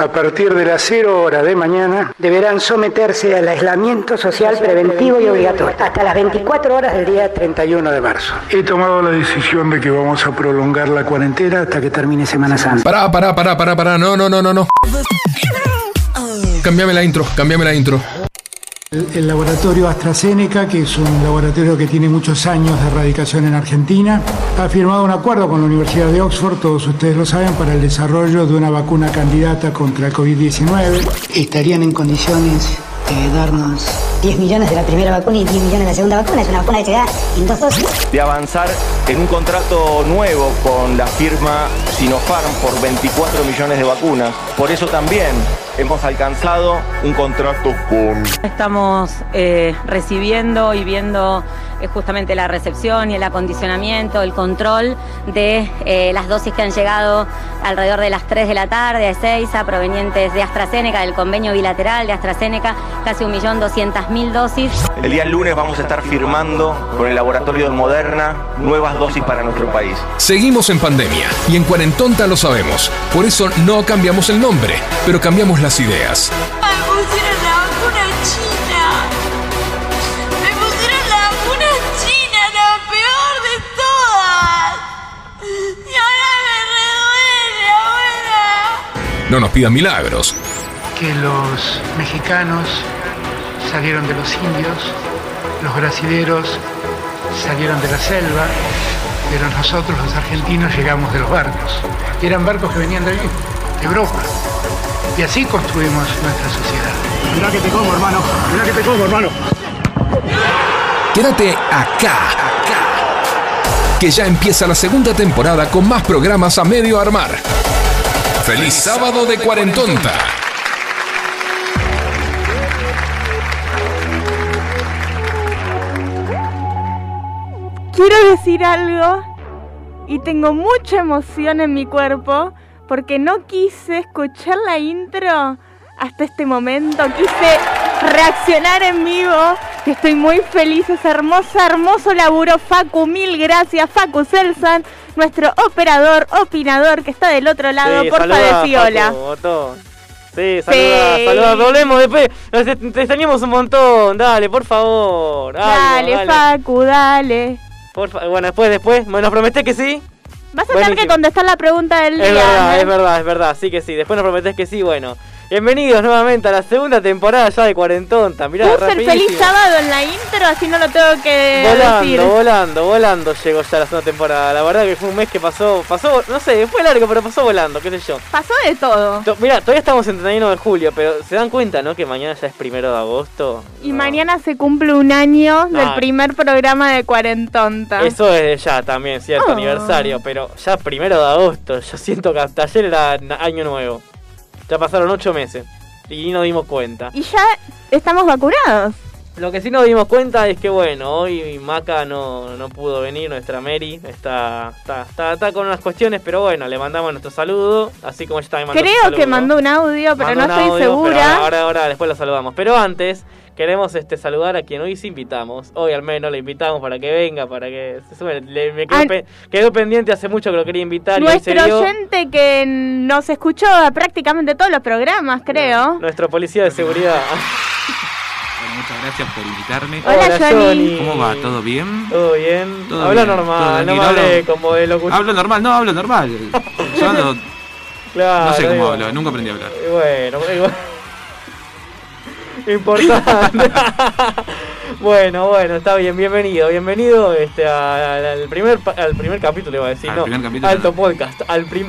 a partir de las 0 horas de mañana, deberán someterse al aislamiento social preventivo y obligatorio hasta las 24 horas del día 31 de marzo. He tomado la decisión de que vamos a prolongar la cuarentena hasta que termine Semana Santa. Pará. No. Cambiame la intro. El laboratorio AstraZeneca, que es un laboratorio que tiene muchos años de radicación en Argentina, ha firmado un acuerdo con la Universidad de Oxford, todos ustedes lo saben, para el desarrollo de una vacuna candidata contra el COVID-19. Estarían en condiciones de darnos 10 millones de la primera vacuna y 10 millones de la segunda vacuna. Es una vacuna que se da en 2 dosis. De avanzar en un contrato nuevo con la firma Sinopharm por 24 millones de vacunas. Por eso también hemos alcanzado un contrato con... Estamos recibiendo y viendo justamente la recepción y el acondicionamiento, el control de las dosis que han llegado alrededor de las 3 de la tarde a Ezeiza, provenientes de AstraZeneca, del convenio bilateral de AstraZeneca, casi 1.200.000 dosis. El día lunes vamos a estar firmando con el laboratorio de Moderna nuevas dosis para nuestro país. Seguimos en pandemia y en Cuarentonta lo sabemos. Por eso no cambiamos el nombre, pero cambiamos las ideas. Me pusieron la vacuna china. Me pusieron la vacuna china, la peor de todas. Y ahora me reduele, abuela. No nos pidan milagros. Que los mexicanos salieron de los indios, los brasileros salieron de la selva, pero nosotros los argentinos llegamos de los barcos. Y eran barcos que venían de allí, de Europa. Y así construimos nuestra sociedad. Mirá que te como, hermano. Quédate acá, que ya empieza la segunda temporada con más programas a medio armar. ¡Feliz sábado de Cuarentonta! Quiero decir algo y tengo mucha emoción en mi cuerpo porque no quise escuchar la intro hasta este momento. Quise reaccionar en vivo y estoy muy feliz. Es hermoso laburo, Facu. Mil gracias, Facu Selsan, nuestro operador, opinador que está del otro lado. Sí, porfa, decí hola. Sí, saluda, volvemos después. Te extrañamos un montón. Dale, por favor. Dale, Facu, dale. Bueno, después. ¿Nos prometés que sí? Vas a tener que contestar la pregunta del día. Es verdad, sí que sí. Después nos prometés que sí, bueno. Bienvenidos nuevamente a la segunda temporada ya de Cuarentonta. Mirá, puse el feliz sábado en la intro, así no lo tengo que decir. Volando llegó ya la segunda temporada. La verdad que fue un mes que pasó, no sé, fue largo, pero pasó volando, qué sé yo. Pasó de todo. Mirá, todavía estamos en 31 de julio, pero se dan cuenta, ¿no? Que mañana ya es 1 de agosto. Y mañana se cumple un año del primer programa de Cuarentonta. Eso desde ya también, cierto aniversario, pero ya 1 de agosto, yo siento que hasta ayer era año nuevo. Ya pasaron 8 meses y nos dimos cuenta. Y ya estamos vacunados. Lo que sí nos dimos cuenta es que bueno, hoy Maca no pudo venir, nuestra Mary está con unas cuestiones, pero bueno, le mandamos nuestro saludo, así como ella también mandó Creo que mandó un audio, pero no estoy segura. Ahora después lo saludamos, pero antes queremos saludar a quien hoy sí invitamos. Hoy al menos le invitamos para que venga, para que se sume. Quedó pendiente hace mucho que lo quería invitar. Nuestro oyente que nos escuchó a prácticamente todos los programas, creo. Nuestro policía de seguridad. Bueno, muchas gracias por invitarme. Hola Johnny. ¿Cómo va? ¿Todo bien? Todo bien. Habla normal, no me hable como de locutor. Hablo normal. Yo ando... Claro, no sé cómo hablo, nunca aprendí a hablar. Bueno, importante. Bueno, está bien, bienvenido al primer capítulo, iba a decir, alto podcast,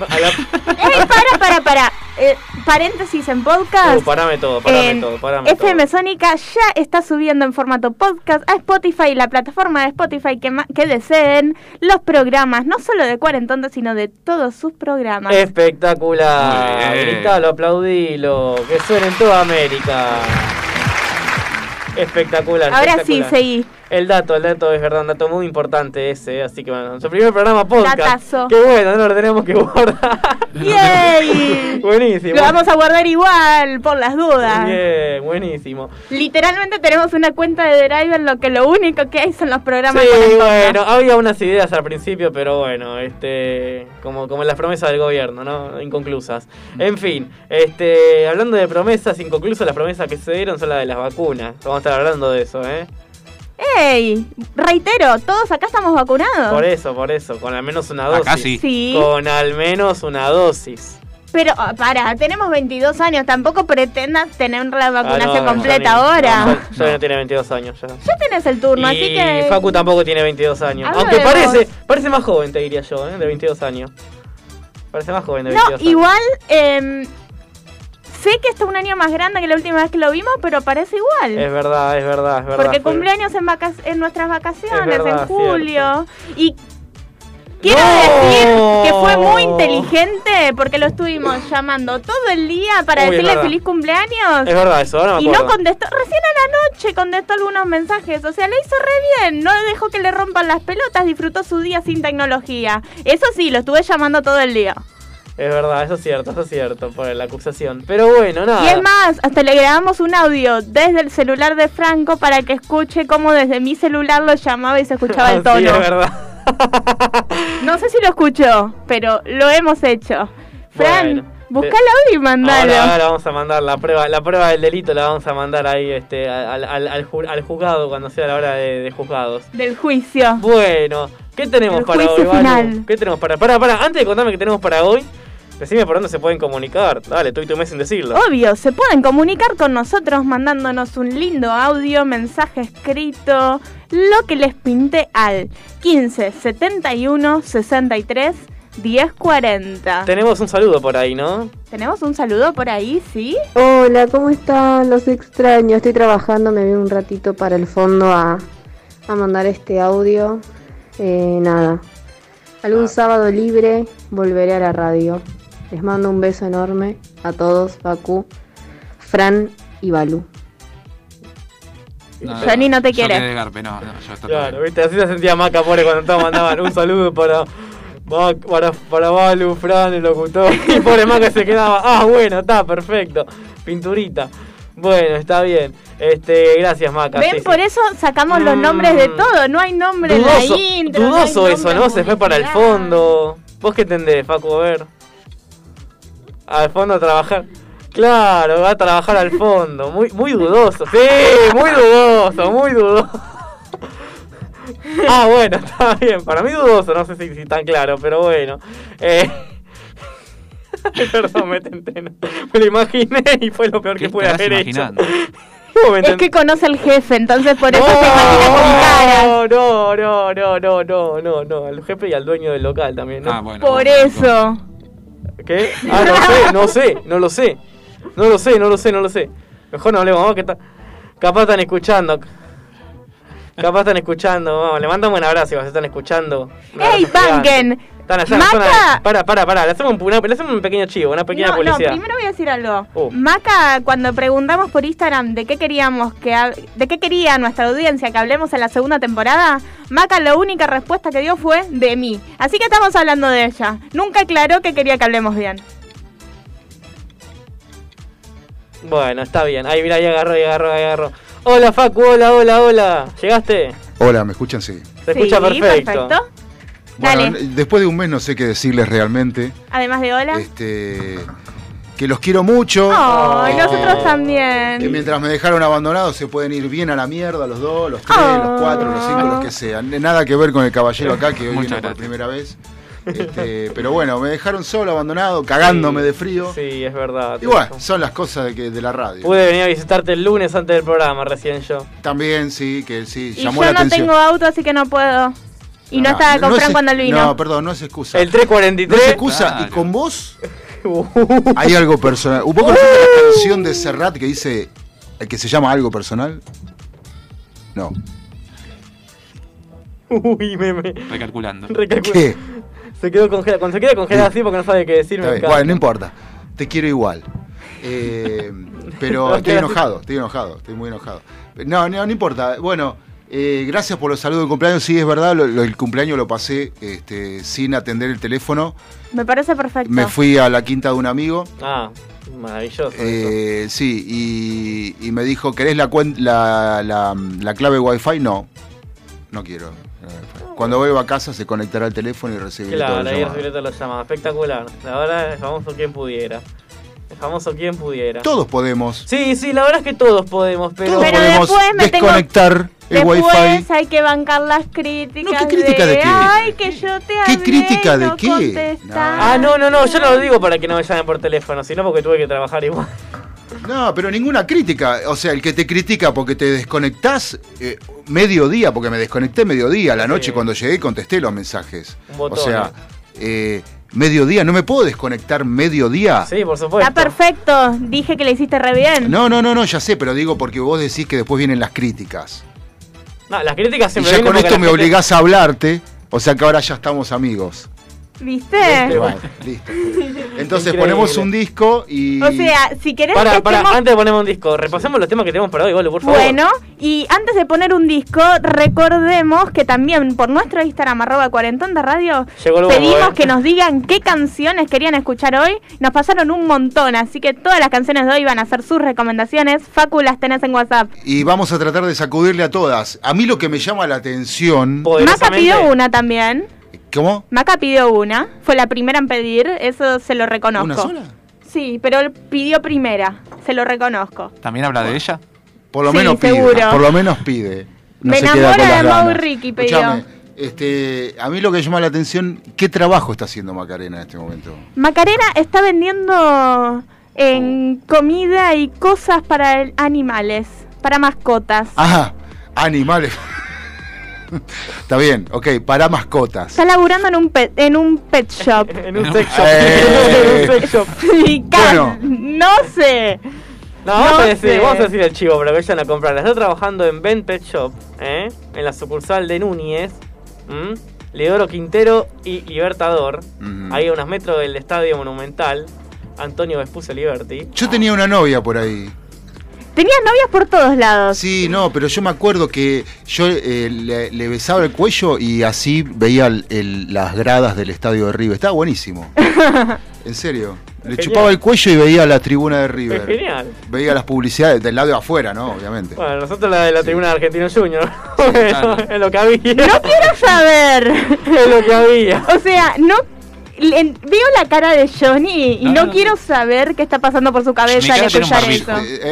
para. Paréntesis en podcast. Parame todo. FM Sónica ya está subiendo en formato podcast a Spotify, la plataforma de Spotify que deseen los programas, no solo de Cuarentonta, sino de todos sus programas. Espectacular. Gritalo, aplaudilo, que suene en toda América. Espectacular. Ahora sí, seguí. El dato es verdad, un dato muy importante ese, así que bueno, nuestro primer programa podcast. Datazo. Qué bueno, no lo tenemos que guardar. ¡Yay! Buenísimo. Lo vamos a guardar igual, por las dudas. Bien, buenísimo. Literalmente tenemos una cuenta de Driver, lo único que hay son los programas. Sí, con el bueno, había unas ideas al principio, pero bueno, como las promesas del gobierno, ¿no? Inconclusas. En fin, hablando de promesas inconclusas, las promesas que se dieron son las de las vacunas. Vamos a estar hablando de eso, ¿eh? ¡Ey! Reitero, todos acá estamos vacunados. Por eso, con al menos una dosis. Acá sí. Sí. Con al menos una dosis. Pero, tenemos 22 años, tampoco pretendas tener la vacunación no, completa Johnny, ahora. No, Johnny no tiene 22 años ya. Ya tenés el turno, así Y que... Facu tampoco tiene 22 años. Hablo Aunque de parece más joven, te diría yo, de 22 años. Parece más joven de No, 22 años. igual, sé que está un año más grande que la última vez que lo vimos, pero parece igual. Es verdad. Porque fue- cumpleaños en nuestras vacaciones, Es verdad, en julio. cierto. Y quiero decir que fue muy inteligente porque lo estuvimos llamando todo el día para Uy, es decirle verdad. feliz cumpleaños. Es verdad eso, ahora me Y acuerdo. no contestó, recién a la noche contestó algunos mensajes, o sea, le hizo re bien, no dejó que le rompan las pelotas, disfrutó su día sin tecnología. Eso sí, lo estuve llamando todo el día. Es verdad, eso es cierto, por la acusación. Pero bueno, nada. Y es más, hasta le grabamos un audio desde el celular de Franco para que escuche cómo desde mi celular lo llamaba y se escuchaba el tono. Sí, es verdad. No sé si lo escuchó, pero lo hemos hecho. Fran, Bueno, busca el audio y mandalo. Ahora vamos a mandar la prueba del delito, la vamos a mandar ahí al juzgado cuando sea la hora de juzgados. Del juicio. Bueno, ¿qué tenemos El para juicio hoy, final. Vanu? ¿Qué tenemos para? Pará, antes de contarme qué tenemos para hoy, decime por dónde se pueden comunicar. Dale, estoy tu mes sin decirlo. Obvio, se pueden comunicar con nosotros mandándonos un lindo audio, mensaje escrito, lo que les pinte al 15 71 63 10 40. Tenemos un saludo por ahí, ¿no? ¿Tenemos un saludo por ahí, sí? Hola, ¿cómo están? Los extraño. Estoy trabajando, me voy un ratito para el fondo a mandar este audio. Nada. Algún sábado libre volveré a la radio. Les mando un beso enorme a todos, Facu, Fran y Balu. Johnny no te yo quiere. quedé de garpe, no, yo estoy Claro, viste, así se sentía Maca, pobre, cuando todos mandaban un saludo para Balu, Fran, el locutor. Y pobre Maca se quedaba, bueno, está, perfecto. Pinturita. Bueno, está bien. Gracias, Maca. ¿Ven? sí, Por sí. eso sacamos los nombres de todo. No hay nombre en la intro. no hay Dudoso eso, nombre ¿no? Se fue para el publicidad. fondo. ¿Vos qué entendés, Facu? A ver. Al fondo a trabajar. Claro, va a trabajar al fondo. Muy dudoso. Sí, muy dudoso. Bueno, está bien. Para mí dudoso, no sé si tan claro, pero bueno. Perdón, me tenté. Me lo imaginé y fue lo peor que pude haber hecho. Es que conoce al jefe, entonces por eso se imagina con cara. No, al jefe y al dueño del local también, ¿no? bueno. Por eso. ¿Qué? No lo sé. Mejor no hablemos, vamos, que capaz están escuchando. Vamos, le mandamos un abrazo si se están escuchando. ¡Ey, Bangen! Maca. Para, le hacemos un pequeño chivo, una pequeña publicidad. No, primero voy a decir algo. Maca, cuando preguntamos por Instagram de qué quería nuestra audiencia que hablemos en la segunda temporada, Maca la única respuesta que dio fue de mí. Así que estamos hablando de ella. Nunca aclaró que quería que hablemos bien. Bueno, está bien. Ahí, mira, ahí agarró. Hola, Facu, hola. ¿Llegaste? Hola, ¿me escuchan? Sí. Se escucha perfecto. Bueno, Dale. después de un mes no sé qué decirles realmente. Además de hola. Que los quiero mucho. Ay, nosotros también. Que mientras me dejaron abandonado se pueden ir bien a la mierda los dos, los tres, los cuatro, los cinco, los que sean. Nada que ver con el caballero acá que hoy viene por primera vez. Pero bueno, me dejaron solo, abandonado, cagándome de frío. Sí, es verdad. Y bueno, son las cosas de la radio. Pude venir a visitarte el lunes antes del programa, recién yo. También, sí, que sí, Y llamó yo la no atención. tengo auto, así que no puedo. Y no estaba con Fran cuando él vino. No, perdón, no es excusa. El 343. No es excusa, y con vos hay algo personal. ¿Un poco conocés la canción de Serrat que dice, que se llama Algo Personal? No. Uy, Recalculando. ¿Qué? Se quedó congelado. Cuando se queda congelado así porque no sabe qué decir, me encanta. Bueno, no importa. Te quiero igual. Pero estoy enojado, estoy muy enojado. No importa. Bueno, Gracias por los saludos de cumpleaños. Sí, es verdad, el cumpleaños lo pasé sin atender el teléfono. Me parece perfecto. Me fui a la quinta de un amigo. Ah, maravilloso. Sí, y me dijo, ¿querés la clave Wi-Fi? No quiero. Cuando vuelva a casa se conectará al teléfono y recibiré todo el llamado. Recibiré todas las llamadas. Espectacular. Ahora el famoso quien pudiera. Todos podemos. Sí, la verdad es que todos podemos, pero podemos desconectar el Wi-Fi. Después hay que bancar las críticas. No, ¿qué crítica de qué? Ay, que yo te hablé. ¿Qué crítica de qué? No, yo no lo digo para que no me llamen por teléfono, sino porque tuve que trabajar igual. No, pero ninguna crítica. O sea, el que te critica porque te desconectás mediodía, porque me desconecté mediodía, a la noche cuando llegué contesté los mensajes. Un botón. O sea, mediodía, ¿no me puedo desconectar mediodía? Sí, por supuesto. Está perfecto, dije que le hiciste re bien. No, ya sé, pero digo porque vos decís que después vienen las críticas. No, las críticas Y siempre ya vienen con esto porque me la gente- obligás a hablarte, o sea que ahora ya estamos amigos. ¿Viste? Bueno, listo. Entonces Increíble. ponemos un disco y... O sea, si querés Para, que estemos... antes de poner un disco, repasemos los temas que tenemos para hoy, Golo, por favor. Bueno, y antes de poner un disco, recordemos que también por nuestro Instagram, @cuarentón de radio, Llegó el pedimos bombo, que nos digan qué canciones querían escuchar hoy. Nos pasaron un montón, así que todas las canciones de hoy van a ser sus recomendaciones. Facu, las tenés en WhatsApp. Y vamos a tratar de sacudirle a todas. A mí lo que me llama la atención... Maca pidió una también. ¿Cómo? Maca pidió una, fue la primera en pedir, eso se lo reconozco. ¿Una sola? Sí, pero él pidió primera, se lo reconozco. ¿También habla de ella? Por lo Sí, menos seguro. pide. Por lo menos pide. No Me se queda enamora con las de Mau y ganas. Ricky, pidió. Escúchame, a mí lo que llama la atención, ¿qué trabajo está haciendo Macarena en este momento? Macarena está vendiendo en comida y cosas para animales, para mascotas. Ajá, animales. Está bien, ok, para mascotas. Está laburando en un pet shop. En un sex shop. Eh. En un sex shop. Y no sé. No, vamos a decir el chivo para que vayan a comprarla. Está trabajando en Ben Pet Shop, en la sucursal de Núñez, Leodoro Quintero y Libertador, ahí a unos metros del Estadio Monumental, Antonio Vespucio Liberty. Yo tenía una novia por ahí. Tenías novias por todos lados. Sí, no, pero yo me acuerdo que yo le besaba el cuello y así veía las gradas del estadio de River. Estaba buenísimo. En serio. Le Genial. chupaba el cuello y veía la tribuna de River. Es genial. Veía las publicidades del lado de afuera, ¿no? Obviamente. Bueno, nosotros la de la tribuna de Argentino Junior. Es lo que había. No quiero saber. Es lo que había. O sea, no... veo la cara de Johnny y no quiero saber qué está pasando por su cabeza al escuchar eso.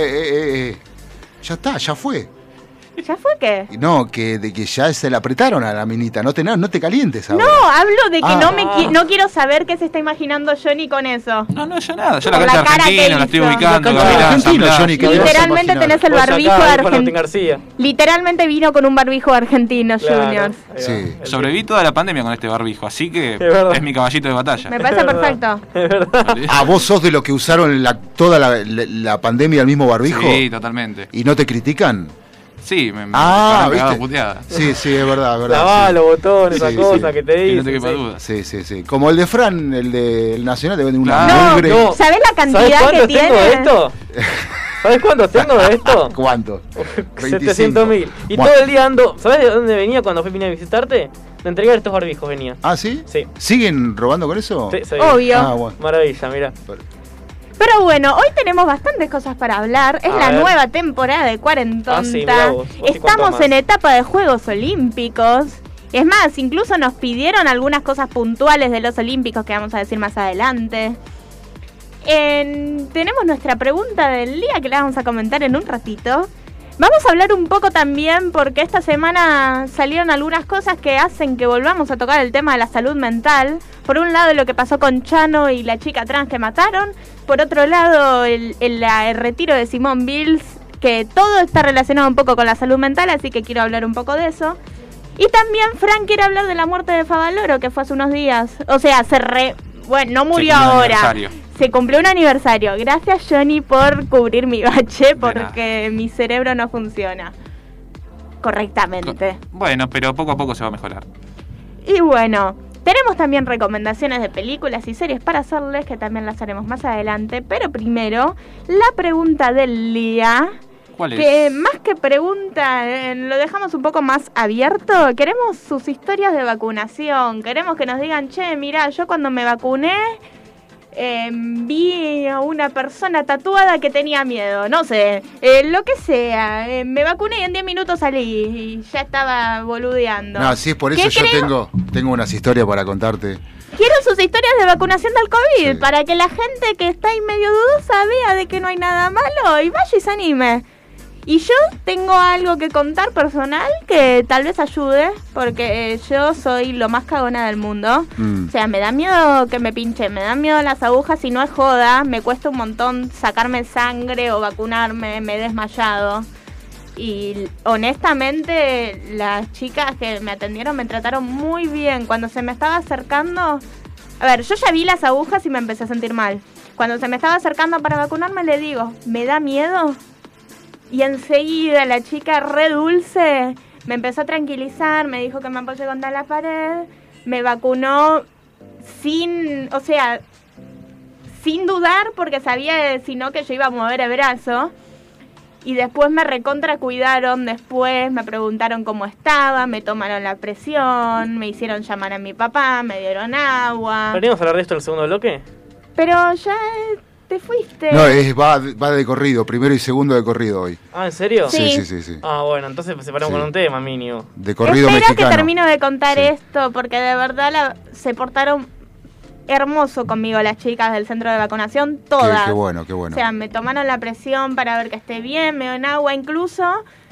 Ya está, ya fue. ¿Ya fue qué? No, de que ya se la apretaron a la minita. No te calientes ahora. No, hablo de que no quiero saber qué se está imaginando Johnny con eso. No, yo nada. Yo Por la la cancha cara que argentina, la estoy hizo. ubicando. La cancha Gabriela, argentina, San Johnny, ¿qué Blas. te vas a Literalmente imaginar? tenés el Vos barbijo acá, Martín argentino. García. Literalmente vino con un barbijo argentino, Claro. Junior. Sí. Sobreviví toda la pandemia con este barbijo, así que verdad. es mi caballito de batalla. Me parece perfecto. Es verdad. Ah, vos sos de los que usaron toda la pandemia el mismo barbijo. Sí, totalmente. ¿Y no te critican? Sí, me Ah, han cagado ¿viste? puteada. Sí, es verdad, es verdad. Lavá sí. los botones, esa Sí, cosa sí. que te Que dicen. no te quepa sí. duda. Sí. Como el de Fran, el del Nacional, te venden una Claro. mugre. No. ¿Sabés la ¿Sabes cantidad que cuántos tengo de tiene? esto? ¿Sabes cuántos tengo de esto? ¿Cuánto? 700.000. Y Bueno. todo el día ando. ¿Sabes de dónde venía cuando vine a visitarte? De entregar estos barbijos venía. ¿Ah, sí? Sí. ¿Siguen robando con eso? Sí, sí. Obvio. Ah, bueno. Maravilla, mira. Pero bueno, hoy tenemos bastantes cosas para hablar. Es A la ver. nueva temporada de Cuarentonta. Ah, sí, mirá vos sí Estamos cuánto más. en etapa de Juegos Olímpicos. Es más, incluso nos pidieron algunas cosas puntuales de los Olímpicos que vamos a decir más adelante. Tenemos nuestra pregunta del día que la vamos a comentar en un ratito. Vamos a hablar un poco también porque esta semana salieron algunas cosas que hacen que volvamos a tocar el tema de la salud mental. Por un lado lo que pasó con Chano y la chica trans que mataron. Por otro lado el retiro de Simone Biles, que todo está relacionado un poco con la salud mental, así que quiero hablar un poco de eso. Y también Fran quiere hablar de la muerte de Favaloro, que fue hace unos días. O sea, bueno, no murió cumplió un ahora. aniversario. Se cumplió un aniversario. Gracias, Johnny, por cubrir mi bache, porque mi cerebro no funciona correctamente. Bueno, pero poco a poco se va a mejorar. Y bueno, tenemos también recomendaciones de películas y series para hacerles, que también las haremos más adelante. Pero primero, la pregunta del día. ¿Cuál es? Que más que pregunta, lo dejamos un poco más abierto. Queremos sus historias de vacunación. Queremos que nos digan, che, mirá, yo cuando me vacuné vi a una persona tatuada que tenía miedo. No sé, lo que sea. Me vacuné y en 10 minutos salí y ya estaba boludeando. No, sí, es por eso yo tengo unas historias para contarte. Quiero sus historias de vacunación del COVID, para que la gente que está ahí medio dudosa vea de que no hay nada malo y vaya y se anime. Y yo tengo algo que contar personal que tal vez ayude, porque yo soy lo más cagona del mundo. O sea, me da miedo que me pinchen, me dan miedo las agujas y no es joda. Me cuesta un montón sacarme sangre o vacunarme, me he desmayado. Y honestamente las chicas que me atendieron me trataron muy bien. Cuando se me estaba acercando, a ver, yo ya vi las agujas y me empecé a sentir mal. Cuando se me estaba acercando para vacunarme le digo, ¿me da miedo? Y enseguida la chica re dulce me empezó a tranquilizar, me dijo que me apoyé contra la pared, me vacunó sin dudar, porque sabía si no que yo iba a mover el brazo. Y después me recontra cuidaron, después me preguntaron cómo estaba, me tomaron la presión, me hicieron llamar a mi papá, me dieron agua. ¿Venimos a hablar de esto en el segundo bloque? Pero ya te fuiste. No, va de corrido, primero y segundo de corrido hoy. Ah, ¿en serio? Sí. Ah, bueno, entonces separamos con un tema, mínimo. De corrido Espera mexicano. que termino de contar esto, porque de verdad se portaron hermoso conmigo las chicas del centro de vacunación, todas. Qué bueno. O sea, me tomaron la presión para ver que esté bien, me dieron agua, incluso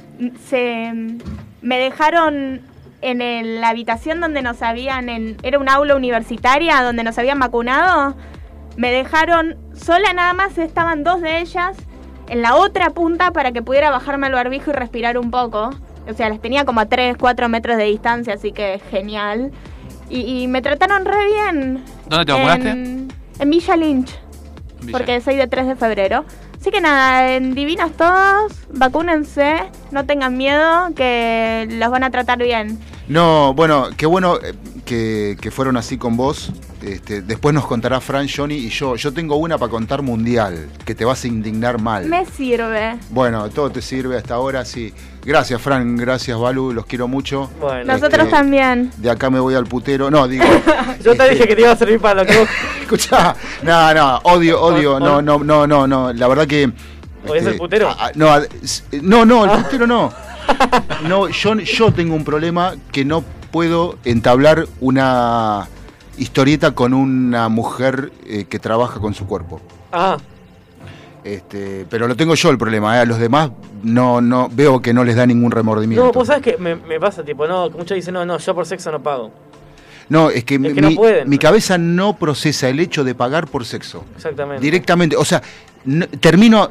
me dejaron en la habitación donde nos habían, era un aula universitaria donde nos habían vacunado, me dejaron sola nada más, estaban 2 de ellas en la otra punta para que pudiera bajarme el barbijo y respirar un poco. O sea, las tenía como a 3-4 metros de distancia, así que genial. Y me trataron re bien. ¿Dónde te vacunaste? En Villa Lynch. Porque soy de 3 de febrero. Así que nada, en divinas todos, vacúnense, no tengan miedo, que los van a tratar bien. No, bueno, qué bueno que fueron así con vos. Después nos contará Fran, Johnny y yo. Yo tengo una para contar mundial, que te vas a indignar mal. Me sirve. Bueno, todo te sirve hasta ahora, sí. Gracias, Fran, gracias, Balu, los quiero mucho. Bueno, nosotros también. De acá me voy al putero. No, digo... Yo te dije que te iba a servir para lo que vos... Escuchá, no, odio, no, la verdad que... ¿Odias el putero? No, el putero no. No, yo tengo un problema que no puedo entablar una historieta con una mujer que trabaja con su cuerpo. Ah. Pero lo tengo yo el problema, a los demás no veo que no les da ningún remordimiento. No, vos sabés que me pasa, tipo, no, muchos dicen, no, yo por sexo no pago. No, es que no pueden. Mi cabeza no procesa el hecho de pagar por sexo. Exactamente. Directamente, o sea, termino,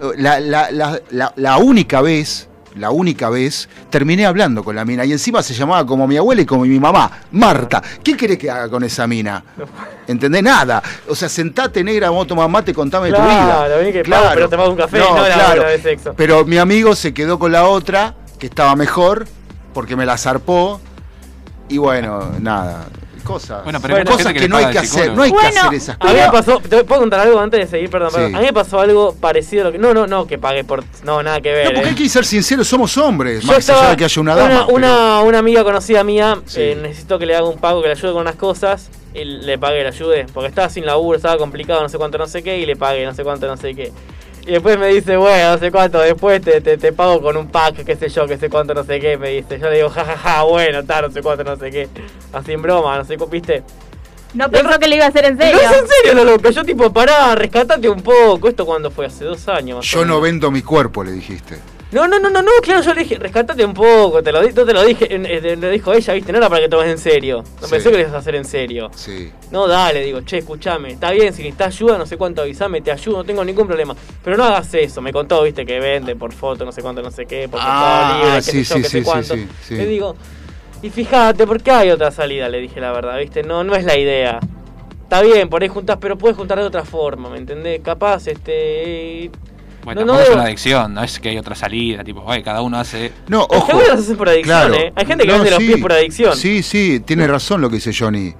la única vez, terminé hablando con la mina y encima se llamaba como mi abuela y como mi mamá, Marta. ¿Qué querés que haga con esa mina? ¿Entendés? Nada. O sea, sentate, negra, vos tomás mate, contame tu vida. Claro, pero te pago un café, no la hora de sexo. Pero mi amigo se quedó con la otra, que estaba mejor, porque me la zarpó. Y bueno, nada. Cosas, bueno, pero cosas que no hay que hacer, no hay que hacer esas cosas. A mí me pasó, ¿te puedo contar algo antes de seguir? Perdón. Sí. A mí me pasó algo parecido a lo que... No, que pague por... No, nada que ver. No, porque hay que ser sinceros, somos hombres, yo más allá de que haya una dama. Una amiga conocida mía, necesito que le haga un pago, que le ayude con unas cosas, y le pague, le ayude, porque estaba sin laburo, estaba complicado, no sé cuánto, no sé qué, y le pague no sé cuánto, no sé qué. Y después me dice, bueno, no sé cuánto, después te pago con un pack, qué sé yo, qué sé cuánto, no sé qué, me dice. Yo le digo, jajaja, bueno, no sé cuánto, no sé qué. Así en broma, no sé, ¿viste? No pensó que le iba a hacer en serio. No es en serio, lo loco. Yo tipo, pará, rescatate un poco. ¿Esto cuándo fue? Hace 2 años. Yo no vendo mi cuerpo, le dijiste. No, claro, yo le dije, rescatate un poco, te lo dije, le dijo ella, viste, no era para que tomes en serio. No pensé que lo ibas a hacer en serio. Sí. No, dale, digo, che, escuchame, está bien, si necesitas ayuda, no sé cuánto, avisame, te ayudo, no tengo ningún problema. Pero no hagas eso, me contó, viste, que vende por foto, no sé cuánto, no sé qué, por Mercado Libre, qué sé yo, qué sé cuánto. Sí. Le digo, y fíjate, porque hay otra salida, le dije la verdad, viste, no es la idea. Está bien, por ahí juntás, pero puedes juntar de otra forma, ¿me entendés? Capaz, Bueno, tampoco es una adicción, no es que hay otra salida, tipo, cada uno hace... No, ojo. Es que lo hacen por adicción, claro. Hay gente que vende los pies por adicción. Sí, tiene razón lo que dice Johnny.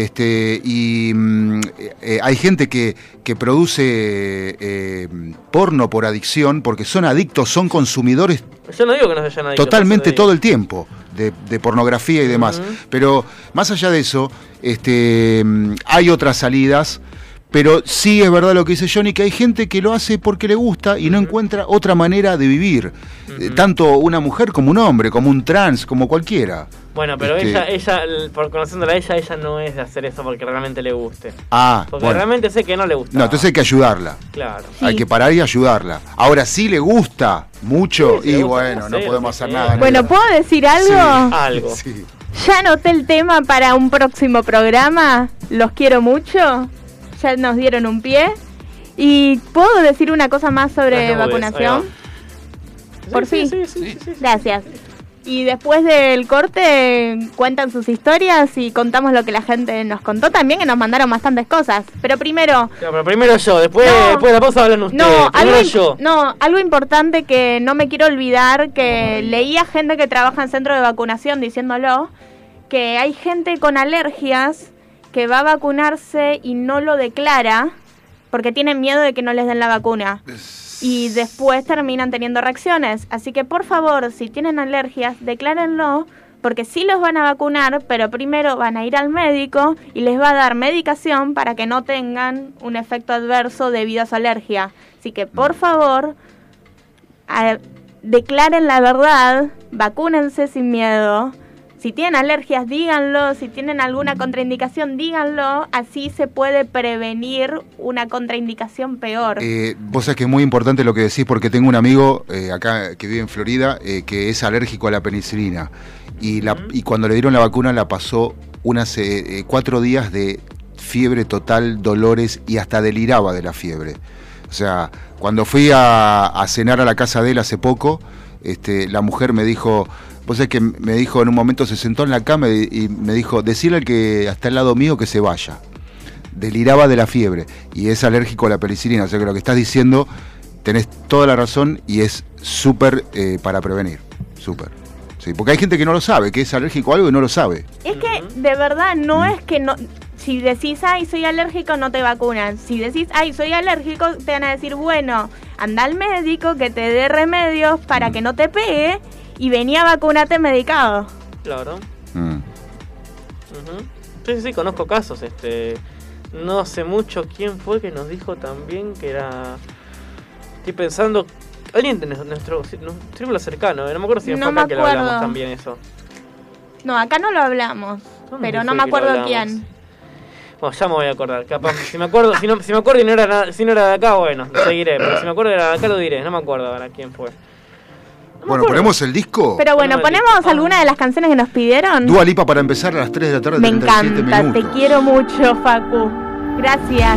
Hay gente que produce porno por adicción porque son adictos, son consumidores. Yo no digo que no sean adictos. Totalmente todo el tiempo de pornografía y demás. Pero más allá de eso, hay otras salidas. Pero sí es verdad lo que dice Johnny, que hay gente que lo hace porque le gusta y no encuentra otra manera de vivir. Tanto una mujer como un hombre, como un trans, como cualquiera. Bueno, pero ella, por conociéndola a ella no es de hacer eso porque realmente le guste. Porque bueno. realmente sé que no le gusta. No, entonces hay que ayudarla. Claro. Hay que parar y ayudarla. Ahora sí le gusta mucho y bueno, no podemos hacer nada. Bueno, ¿puedo decir algo? Sí. Algo. Sí. Ya anoté el tema para un próximo programa. Los quiero mucho. Ya nos dieron un pie. ¿Y puedo decir una cosa más sobre vacunación? Por fin. Sí. Gracias. Y después del corte cuentan sus historias y contamos lo que la gente nos contó también, que nos mandaron bastantes cosas. Pero primero... pero primero yo, después de la pausa hablan ustedes. Algo importante que no me quiero olvidar, que leía gente que trabaja en centro de vacunación diciéndolo, que hay gente con alergias que va a vacunarse y no lo declara porque tienen miedo de que no les den la vacuna. Y después terminan teniendo reacciones. Así que, por favor, si tienen alergias, declárenlo, porque sí los van a vacunar, pero primero van a ir al médico y les va a dar medicación para que no tengan un efecto adverso debido a su alergia. Así que, por favor, declaren la verdad, vacúnense sin miedo. Si tienen alergias, díganlo. Si tienen alguna contraindicación, díganlo. Así se puede prevenir una contraindicación peor. Vos sabés que es muy importante lo que decís, porque tengo un amigo acá que vive en Florida que es alérgico a la penicilina. Y cuando le dieron la vacuna la pasó 4 días de fiebre total, dolores y hasta deliraba de la fiebre. O sea, cuando fui a cenar a la casa de él hace poco, la mujer me dijo... Vos sabés que me dijo en un momento, se sentó en la cama y me dijo, decirle al que está al lado mío que se vaya. Deliraba de la fiebre y es alérgico a la penicilina. O sea que lo que estás diciendo, tenés toda la razón y es súper para prevenir. Súper. Sí, porque hay gente que no lo sabe, que es alérgico a algo y no lo sabe. Es que de verdad no es que no... Si decís, ay, soy alérgico, no te vacunan. Si decís, ay, soy alérgico, te van a decir, bueno, anda al médico que te dé remedios para que no te pegue y venía a vacunarte medicado. Claro. Sí, conozco casos. No hace mucho, ¿quién fue que nos dijo también que era... Estoy pensando... Alguien de nuestro círculo cercano, no me acuerdo si fue acá que lo hablamos también eso. No, acá no lo hablamos, pero no me acuerdo quién. Bueno, ya me voy a acordar. Capaz, si me acuerdo y no era de acá, bueno, seguiré. Pero si me acuerdo era de acá, lo diré. No me acuerdo ahora quién fue. Bueno, ¿ponemos el disco? Pero bueno, ¿ponemos alguna de las canciones que nos pidieron? Dua Lipa para empezar a las 3 de la tarde. Me encanta, te quiero mucho, Facu. Gracias.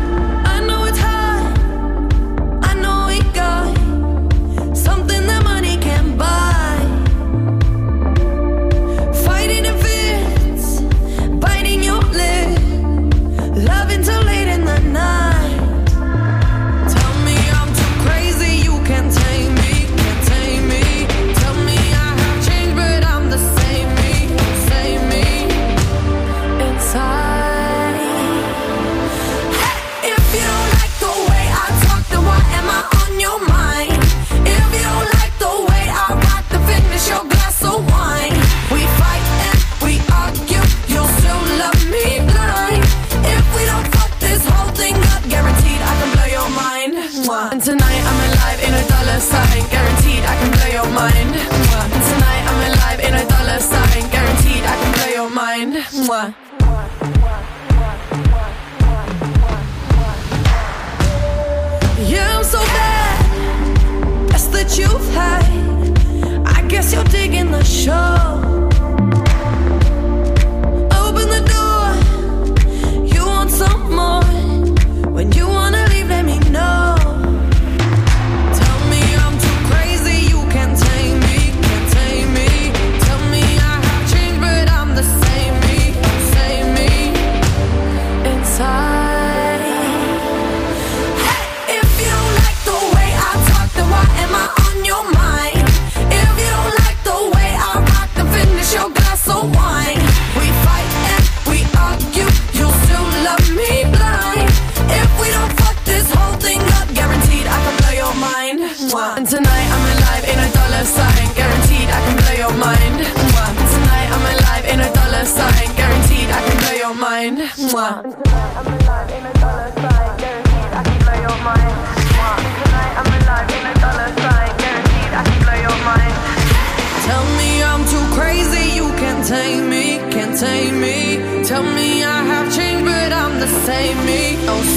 And tonight I'm alive in a dollar sign, guaranteed I can blow your mind. And tonight I'm alive in a dollar sign, guaranteed I can blow your mind. Yeah, I'm so bad, that's the truth, hey. I guess you're digging the show. Open the door, you want some more. When you wanna leave, let me know. If you don't like the way I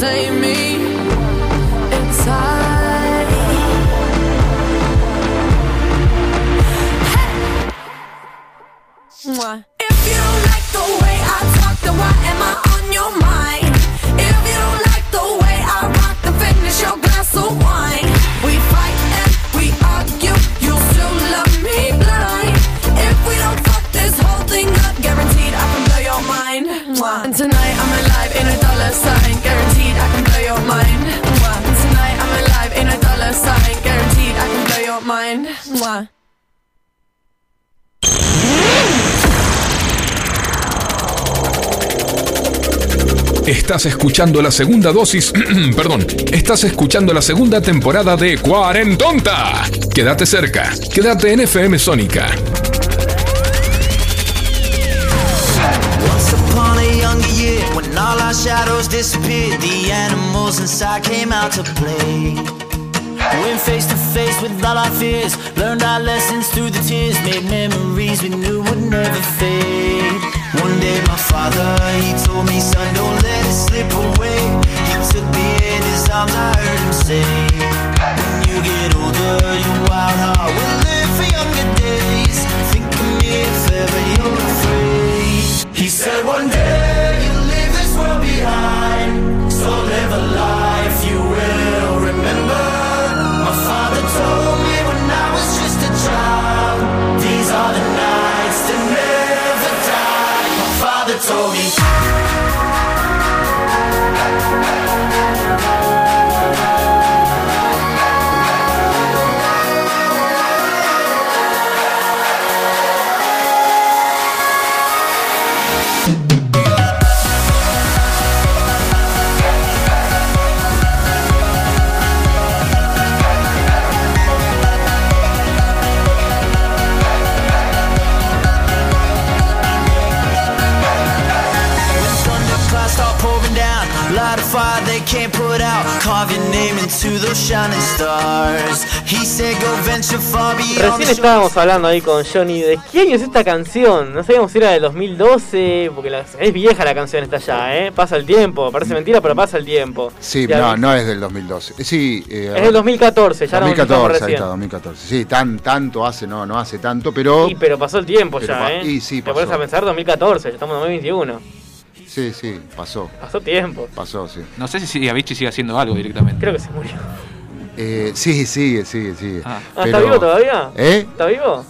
save me inside. Hey. If you don't like the way I talk, then why am I on your mind? If you don't like the way I rock, then finish your glass of wine. We fight and we argue, you still love me blind. If we don't fuck this whole thing up, guaranteed I can blow your mind. And tonight I'm alive in a dollar sign, guaranteed I can blow your mind. And tonight I'm alive in a dollar sign, guaranteed I can blow your mind. Estás escuchando la segunda dosis, perdón, estás escuchando la segunda temporada de Cuarentonta. Quédate cerca, quédate en FM Sónica. Once upon a younger year, when all our shadows disappeared, the animals inside came out to play. Went face to face with all our fears, learned our lessons through the tears, made memories we knew would never fade. One day my father, he told me, son, don't let it slip away. He took me in his arms, I heard him say, when you get older, your wild heart will live for younger days. Think of me if ever you're afraid. He said one day you'll leave this world behind, so live a life you will remember. My father told me when I was just a child, these are the nights that never die. My father told me. Fire they can't put out, carve your name into those shining stars. He said go venture far beyond. Recién estábamos hablando ahí con Johnny de qué año es esta canción. No sabíamos si era del 2012, porque es vieja la canción esta ya, pasa el tiempo, parece mentira pero pasa el tiempo. Sí, no es del 2012. Sí, es del 2014, ya 2014, ahí está, 2014. Sí, tanto hace, no hace tanto, pero sí, pero pasó el tiempo pero ya, Y sí, pasó. Te pones a pensar 2014, ya estamos en 2021. Sí, pasó. Pasó tiempo. Pasó, sí. No sé si Avicii sigue haciendo algo directamente. Creo que se murió. Sí, sigue. Pero... ¿Está vivo todavía? ¿Está vivo?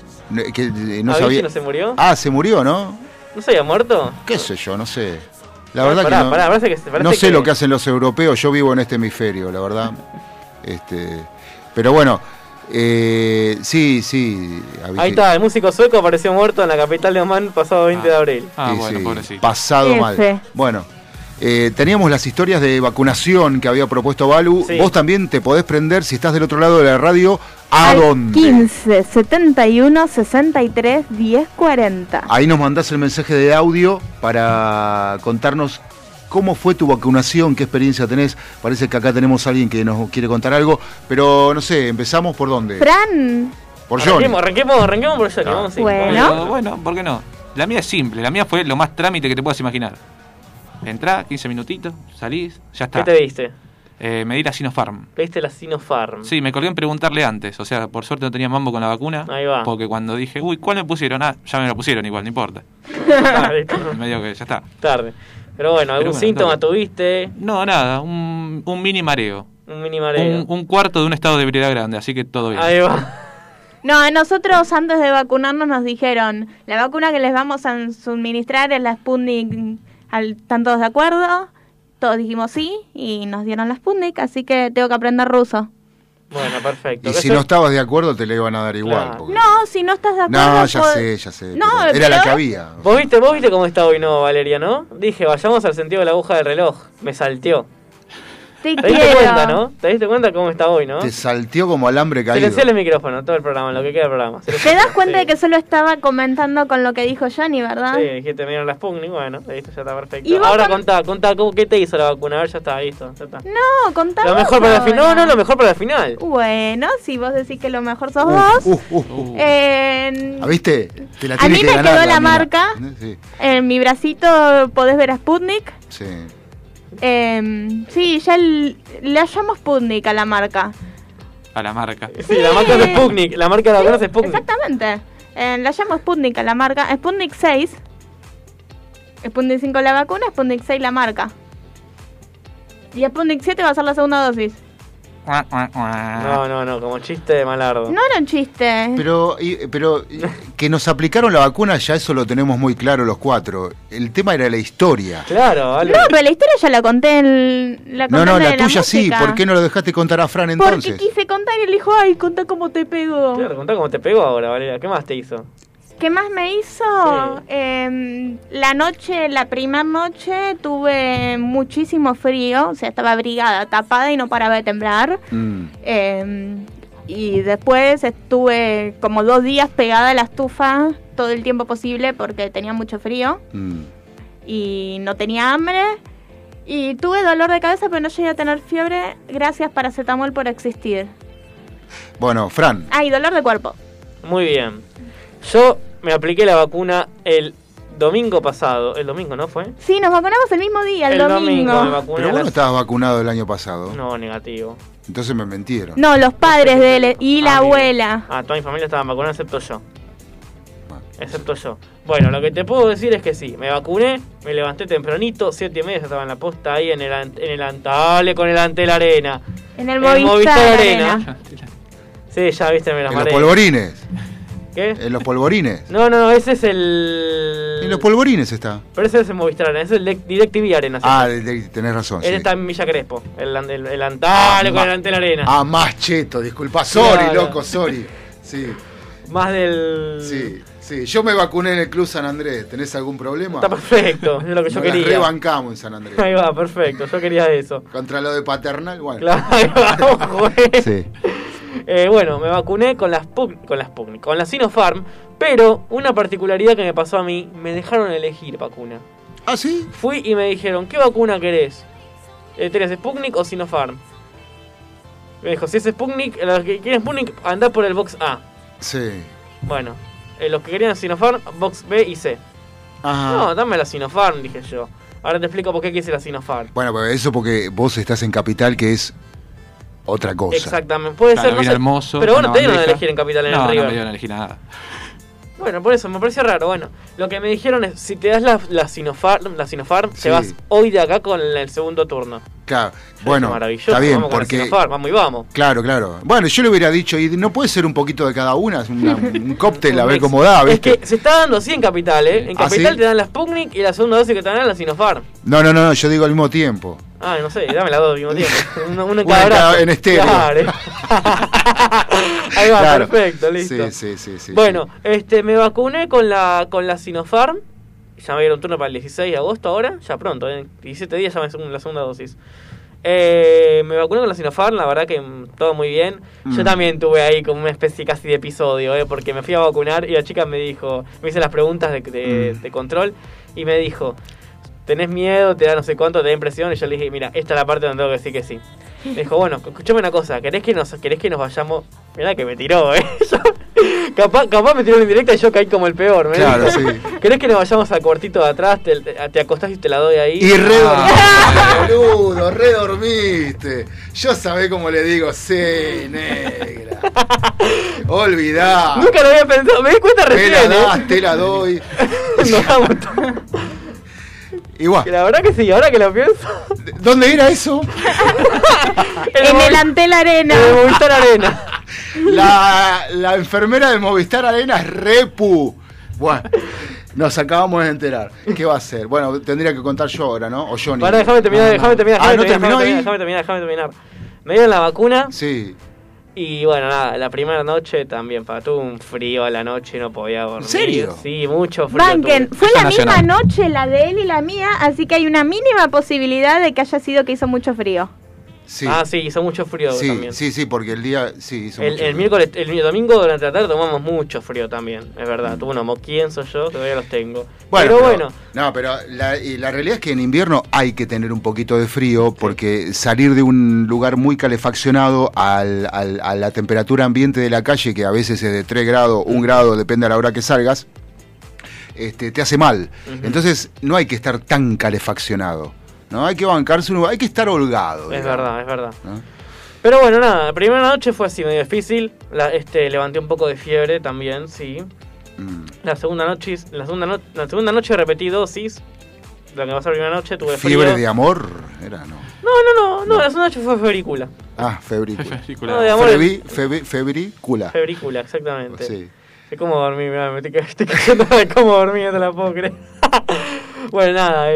No ¿Avicii no se murió? Se murió, ¿no? ¿No se había muerto? ¿Qué sé yo? No sé. La verdad que no. Parece no sé lo que hacen los europeos. Yo vivo en este hemisferio, la verdad. Pero bueno. Sí, Avicii. Ahí está, el músico sueco apareció muerto en la capital de Omán pasado 20 de abril. Bueno, pobrecito. Pasado mal. Bueno, teníamos las historias de vacunación que había propuesto Balu. Sí. Vos también te podés prender, si estás del otro lado de la radio, ¿a dónde? 15 71 63 10 40. Ahí nos mandás el mensaje de audio para contarnos ¿cómo fue tu vacunación? ¿Qué experiencia tenés? Parece que acá tenemos a alguien que nos quiere contar algo, pero no sé, ¿empezamos por dónde? Fran. Por Johnny. Arranquemos por Johnny. Bueno, ¿por qué no? La mía es simple, la mía fue lo más trámite que te puedas imaginar. Entrás, 15 minutitos, salís, ya está. ¿Qué te diste? Me di la Sinopharm. ¿Pediste la Sinopharm? Sí, me colgué en preguntarle antes, o sea, por suerte no tenía mambo con la vacuna. Ahí va. Porque cuando dije, ¿cuál me pusieron? Ya me la pusieron igual, no importa. Me digo que ya está. Tarde. Pero bueno, ¿algún síntoma tuviste? No, nada, un mini mareo. Un mini mareo. Un cuarto de un estado de ebriedad grande, así que todo bien. Ahí va. No, nosotros antes de vacunarnos nos dijeron, la vacuna que les vamos a suministrar es la Sputnik, ¿están todos de acuerdo? Todos dijimos sí y nos dieron la Sputnik, así que tengo que aprender ruso. Bueno, perfecto. Y si no estabas de acuerdo te le iban a dar igual. Claro. No, si no estás de acuerdo... No, ya sé. No, era la que había. ¿Vos viste cómo está hoy, no, Valeria, no? Dije, vayamos al sentido de la aguja del reloj. Me salteó. ¿Te diste cuenta, no? ¿Te diste cuenta cómo está hoy, no? Te salteó como alambre caído. Silenciale el micrófono, todo el programa, lo que queda del programa. ¿Te das cuenta de que solo estaba comentando con lo que dijo Johnny, verdad? Sí, dijiste, me dieron las Sputnik, bueno, listo, ya está perfecto. Ahora contá, ¿qué te hizo la vacuna? A ver, ya está, listo, ya está. No, contá. Lo mejor para la final. No, lo mejor para la final. Bueno, si vos decís que lo mejor sos vos. ¿Viste? Te la a mí que me ganar, quedó la marca. Sí. En mi bracito podés ver a Sputnik. Sí. Sí, ya le llamo Sputnik a la marca. A la marca. Sí, la marca es Sputnik. La marca de la vacuna es Sputnik. Exactamente. La llamo Sputnik a la marca. Sputnik 6. Sputnik 5 la vacuna, Sputnik 6 la marca. Y Sputnik 7 va a ser la segunda dosis. No, como chiste de malardo. No era un chiste. Pero que nos aplicaron la vacuna, ya eso lo tenemos muy claro los cuatro. El tema era la historia. Claro, vale. No, pero la historia ya la conté en la tuya sí. ¿Por qué no lo dejaste contar a Fran entonces? Porque quise contar y él dijo, ay, contá cómo te pegó. Claro, contá cómo te pegó ahora, Valeria. ¿Qué más te hizo? ¿Qué más me hizo? La primera noche tuve muchísimo frío, o sea, estaba abrigada, tapada y no paraba de temblar. Y después estuve como 2 días pegada a la estufa todo el tiempo posible porque tenía mucho frío y no tenía hambre. Y tuve dolor de cabeza, pero no llegué a tener fiebre. Gracias paracetamol por existir. Bueno, Fran. Y dolor de cuerpo. Muy bien. Yo me apliqué la vacuna el domingo pasado. ¿El domingo no fue? Sí, nos vacunamos el mismo día, el domingo. Me vacuné. Pero vos no estabas vacunado el año pasado. No, negativo. Entonces me mentieron. No, los padres de él y la abuela. Toda mi familia estaba vacunada excepto yo. Excepto yo. Bueno, lo que te puedo decir es que sí, me vacuné, me levanté tempranito, 7:30 ya estaba en la posta ahí en el Antale con el Antel Arena. En el Movistar Arena. Sí, ya viste, me las ¿En los polvorines? ¿Qué? ¿En los polvorines? No, ese es el... En los polvorines está. Pero ese es el Movistar Arena, ese es el DirecTV Arena. Tenés razón. Él está en Villa Crespo, el Antale con el Antel Arena. Más cheto, disculpa. Sorry, Claro. loco, sorry. Sí. Más del... Sí, yo me vacuné en el Club San Andrés. ¿Tenés algún problema? Está perfecto, es lo que yo Nos las quería. rebancamos en San Andrés. Ahí va, perfecto, yo quería eso. Contra lo de paternal, bueno. Claro, ahí va, ojo, Sí. Bueno, me vacuné con la Sinopharm, pero una particularidad que me pasó a mí, me dejaron elegir vacuna. ¿Ah, sí? Fui y me dijeron, ¿qué vacuna querés? ¿Tenés Sputnik o Sinopharm? Me dijo, si es Sputnik, los que quieren Sputnik, andá por el box A. Sí. Bueno, los que querían Sinopharm, box B y C. Ajá. No, dame la Sinopharm, dije yo. Ahora te explico por qué quise la Sinopharm. Bueno, pero eso porque vos estás en Capital, que es otra cosa. Exactamente, puede ser, no sé, hermoso, pero bueno, una te dieron a bandeja. elegir en Capital en el No River. me dieron a elegir nada. Bueno, por eso me pareció raro. Bueno, lo que me dijeron es, si te das la Sinopharm, Sí. te vas hoy de acá con el segundo turno. Claro, bueno, Maravilloso, está bien, vamos con la porque... Sinopharm, vamos y vamos. Claro. Bueno, yo le hubiera dicho, ¿y no puede ser un poquito de cada una? Un cóctel, a ver mix. cómo da, Es ¿viste? que se está dando así en Capital, ¿eh? En ¿Ah, Capital sí? te dan la Sputnik y la segunda dosis que te dan es la Sinopharm. No, yo digo al mismo tiempo. No sé, dame las dos al mismo tiempo. Una en Una cada en brazo. en estéreo. Claro. Ahí va, Claro. perfecto, listo. Sí. Bueno, me vacuné con la Sinopharm. Ya me dieron turno para el 16 de agosto ahora, ya pronto, en 17 días ya me hacen la segunda dosis. Me vacuné con la Sinopharm, la verdad que todo muy bien. Yo también tuve ahí como una especie casi de episodio, porque me fui a vacunar y la chica me dijo, me hice las preguntas de control y me dijo, ¿tenés miedo? ¿Te da no sé cuánto? ¿Te da impresión? Y yo le dije, mira, esta es la parte donde tengo que decir que sí. Me dijo, bueno, escuchame una cosa, ¿querés que nos vayamos? Mirá que me tiró, capaz me tiró en indirecta y yo caí como el peor, ¿me Claro, dijo, sí. ¿querés que nos vayamos al cuartito de atrás? Te acostás y te la doy ahí. Y redormiste, boludo, redormiste. Yo sabés cómo le digo, sí, negra. Olvidá. Nunca lo había pensado, me di cuenta Te recién. la das, te la doy. Nos damos todo. Igual. La verdad que sí, ahora que lo pienso. ¿Dónde era eso? En el Antel Arena. En el Movistar Arena. La enfermera del Movistar Arena es Repu. Bueno, nos acabamos de enterar. ¿Qué va a hacer? Bueno, tendría que contar yo ahora, ¿no? O Johnny. Pará, déjame terminar. ¿no terminó ahí? Déjame terminar. Me dieron la vacuna. Sí. Y bueno, nada, la primera noche también, tuve un frío a la noche, no podía dormir. ¿En serio? Sí, mucho frío. Banken, tuve. fue la misma noche la de él y la mía, así que hay una mínima posibilidad de que haya sido que hizo mucho frío. Sí. Sí, hizo mucho frío también. Sí, porque el día... Sí, hizo mucho El miércoles, el domingo durante la tarde tomamos mucho frío también, es verdad. Tuve unos moquienzos yo, todavía los tengo. Bueno, pero No, pero la realidad es que en invierno hay que tener un poquito de frío porque salir de un lugar muy calefaccionado a la temperatura ambiente de la calle, que a veces es de 3 grados, 1 grado, depende a la hora que salgas, te hace mal. Entonces no hay que estar tan calefaccionado. ¿no? Hay que bancarse, hay que estar holgado. Es digamos, verdad, es verdad. ¿no? Pero bueno, nada, la primera noche fue así medio difícil. Levanté un poco de fiebre también, sí. La segunda noche repetí dosis. La que pasó la primera noche tuve ¿Fiebre frío. de amor? Era, ¿no? No, la segunda noche fue febrícula. Ah, febrícula. No, de amor. Febrícula. Febrícula, exactamente. Sí. Es como dormir, mirá, me estoy cayendo de cómo dormir, no te la puedo creer. Bueno, nada,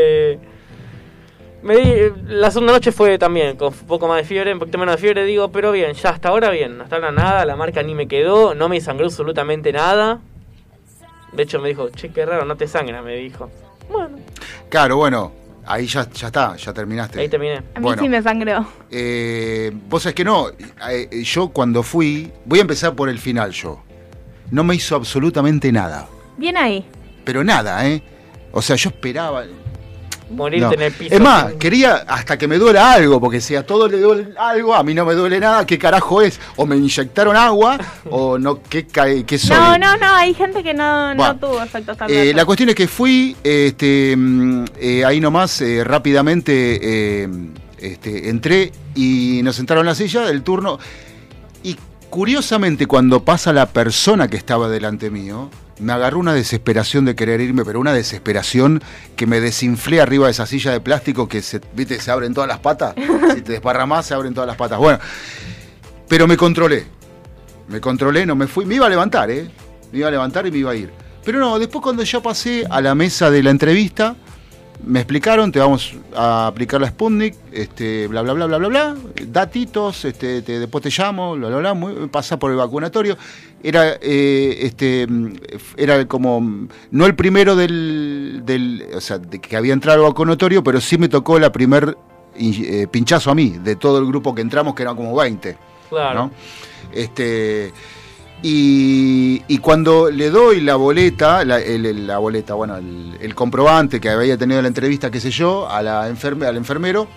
la segunda noche fue también con un poco más de fiebre, un poquito menos de fiebre, digo, pero bien, ya hasta ahora bien, hasta ahora nada, la marca ni me quedó, no me sangró absolutamente nada. De hecho me dijo, che, qué raro, no te sangra, me dijo. Bueno. Claro, bueno, ahí ya está, ya terminaste. Ahí terminé. A mí sí me sangró. Vos sabés que no, yo cuando fui, voy a empezar por el final yo. No me hizo absolutamente nada. Bien ahí. Pero nada, O sea, yo esperaba... Morirte en el piso. Es más, quería hasta que me duela algo, porque si a todos le duele algo, a mí no me duele nada, ¿qué carajo es? O me inyectaron agua, o no, ¿qué soy? No, hay gente que no tuvo efectos adversos. La cuestión es que fui, ahí nomás, rápidamente, entré y nos sentaron en la silla del turno, y curiosamente cuando pasa la persona que estaba delante mío, me agarró una desesperación de querer irme, pero una desesperación que me desinflé arriba de esa silla de plástico que se abren todas las patas. Si te desparramás, se abren todas las patas. Bueno, pero me controlé, no me fui. Me iba a levantar, Me iba a levantar y me iba a ir. Pero no, después cuando ya pasé a la mesa de la entrevista, me explicaron, te vamos a aplicar la Sputnik, bla, bla, bla, bla, bla, bla, datitos, después te llamo, bla, bla, bla, pasa por el vacunatorio. Era como, no el primero o sea, de que había entrado al vacunatorio, pero sí me tocó la primer pinchazo a mí, de todo el grupo que entramos, que eran como 20. Claro. ¿No? Y cuando le doy la boleta, el comprobante que había tenido la entrevista, qué sé yo, al enfermero,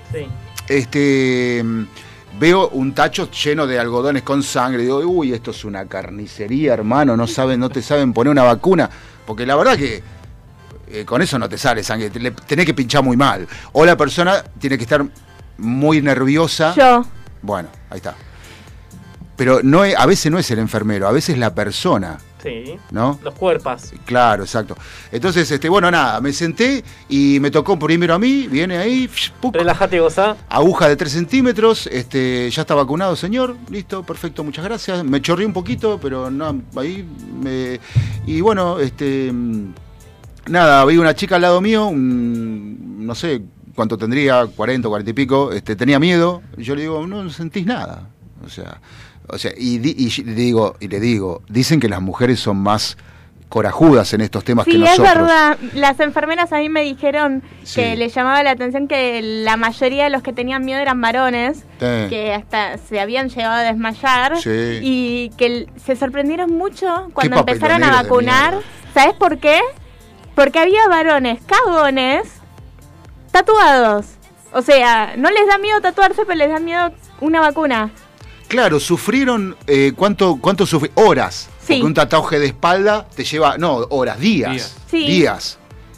sí. Veo un tacho lleno de algodones con sangre. Digo, uy, esto es una carnicería, hermano, no te saben poner una vacuna, porque la verdad que con eso no te sale sangre, tenés que pinchar muy mal, o la persona tiene que estar muy nerviosa. Yo. Bueno, ahí está. Pero a veces no es el enfermero, a veces es la persona. Sí. ¿No? Los cuerpos. Claro, exacto. Entonces, bueno, nada, me senté y me tocó primero a mí, viene ahí, ¡puc! Relájate y gozá. Aguja de 3 centímetros, ya está vacunado, señor, listo, perfecto, muchas gracias. Me chorrí un poquito, pero no, ahí y bueno, nada, vi una chica al lado mío, no sé cuánto tendría, 40 y pico, tenía miedo, y yo le digo, no sentís nada, o sea, y le digo, dicen que las mujeres son más corajudas en estos temas que nosotros. Sí, es verdad. Las enfermeras a mí me dijeron que les llamaba la atención que la mayoría de los que tenían miedo eran varones, que hasta se habían llegado a desmayar, y que se sorprendieron mucho cuando empezaron a vacunar. ¿Sabes por qué? Porque había varones cagones tatuados. O sea, no les da miedo tatuarse, pero les da miedo una vacuna. Claro, sufrieron, ¿cuánto sufrieron? Horas. Sí. Porque un tatuaje de espalda te lleva, no, horas, días. Sí. Días.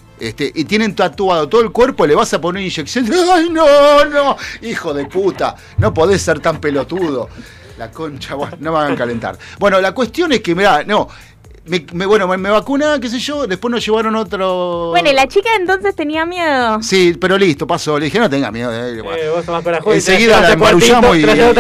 Y tienen tatuado todo el cuerpo, le vas a poner inyección. ¡Ay, no! Hijo de puta, no podés ser tan pelotudo. La concha, bueno, no me hagan calentar. Bueno, la cuestión es que, mirá, no... Me vacunaban, qué sé yo, después nos llevaron otro... Bueno, y la chica entonces tenía miedo. Sí, pero listo, pasó. Le dije, no tenga miedo. Vos tomás corajudo. Enseguida la embarullamos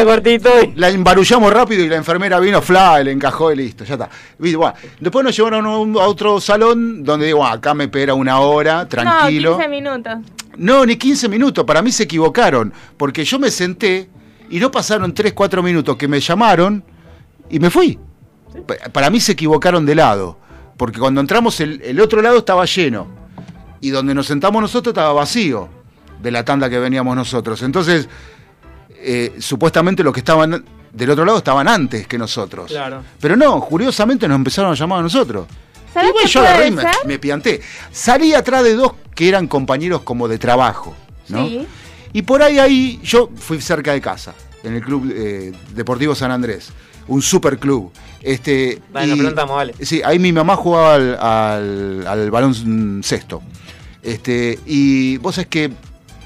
la embarullamos rápido y la enfermera vino, le encajó y listo, ya está. Bueno, después nos llevaron a otro salón donde digo, acá me espera una hora, tranquilo. No, 15 minutos. No, ni 15 minutos, para mí se equivocaron, porque yo me senté y no pasaron 3-4 minutos que me llamaron y me fui. Para mí se equivocaron de lado, porque cuando entramos el otro lado estaba lleno y donde nos sentamos nosotros estaba vacío de la tanda que veníamos nosotros. Entonces, supuestamente los que estaban del otro lado estaban antes que nosotros. Claro. Pero no, curiosamente nos empezaron a llamar a nosotros. ¿Sabes qué yo puede agarré y ser? me pianté. Salí atrás de 2 que eran compañeros como de trabajo, ¿no? Sí. Y por ahí yo fui cerca de casa, en el Club Deportivo San Andrés. Un super club. Vale, preguntamos, vale. Sí, ahí mi mamá jugaba al balón cesto. Y vos sabés que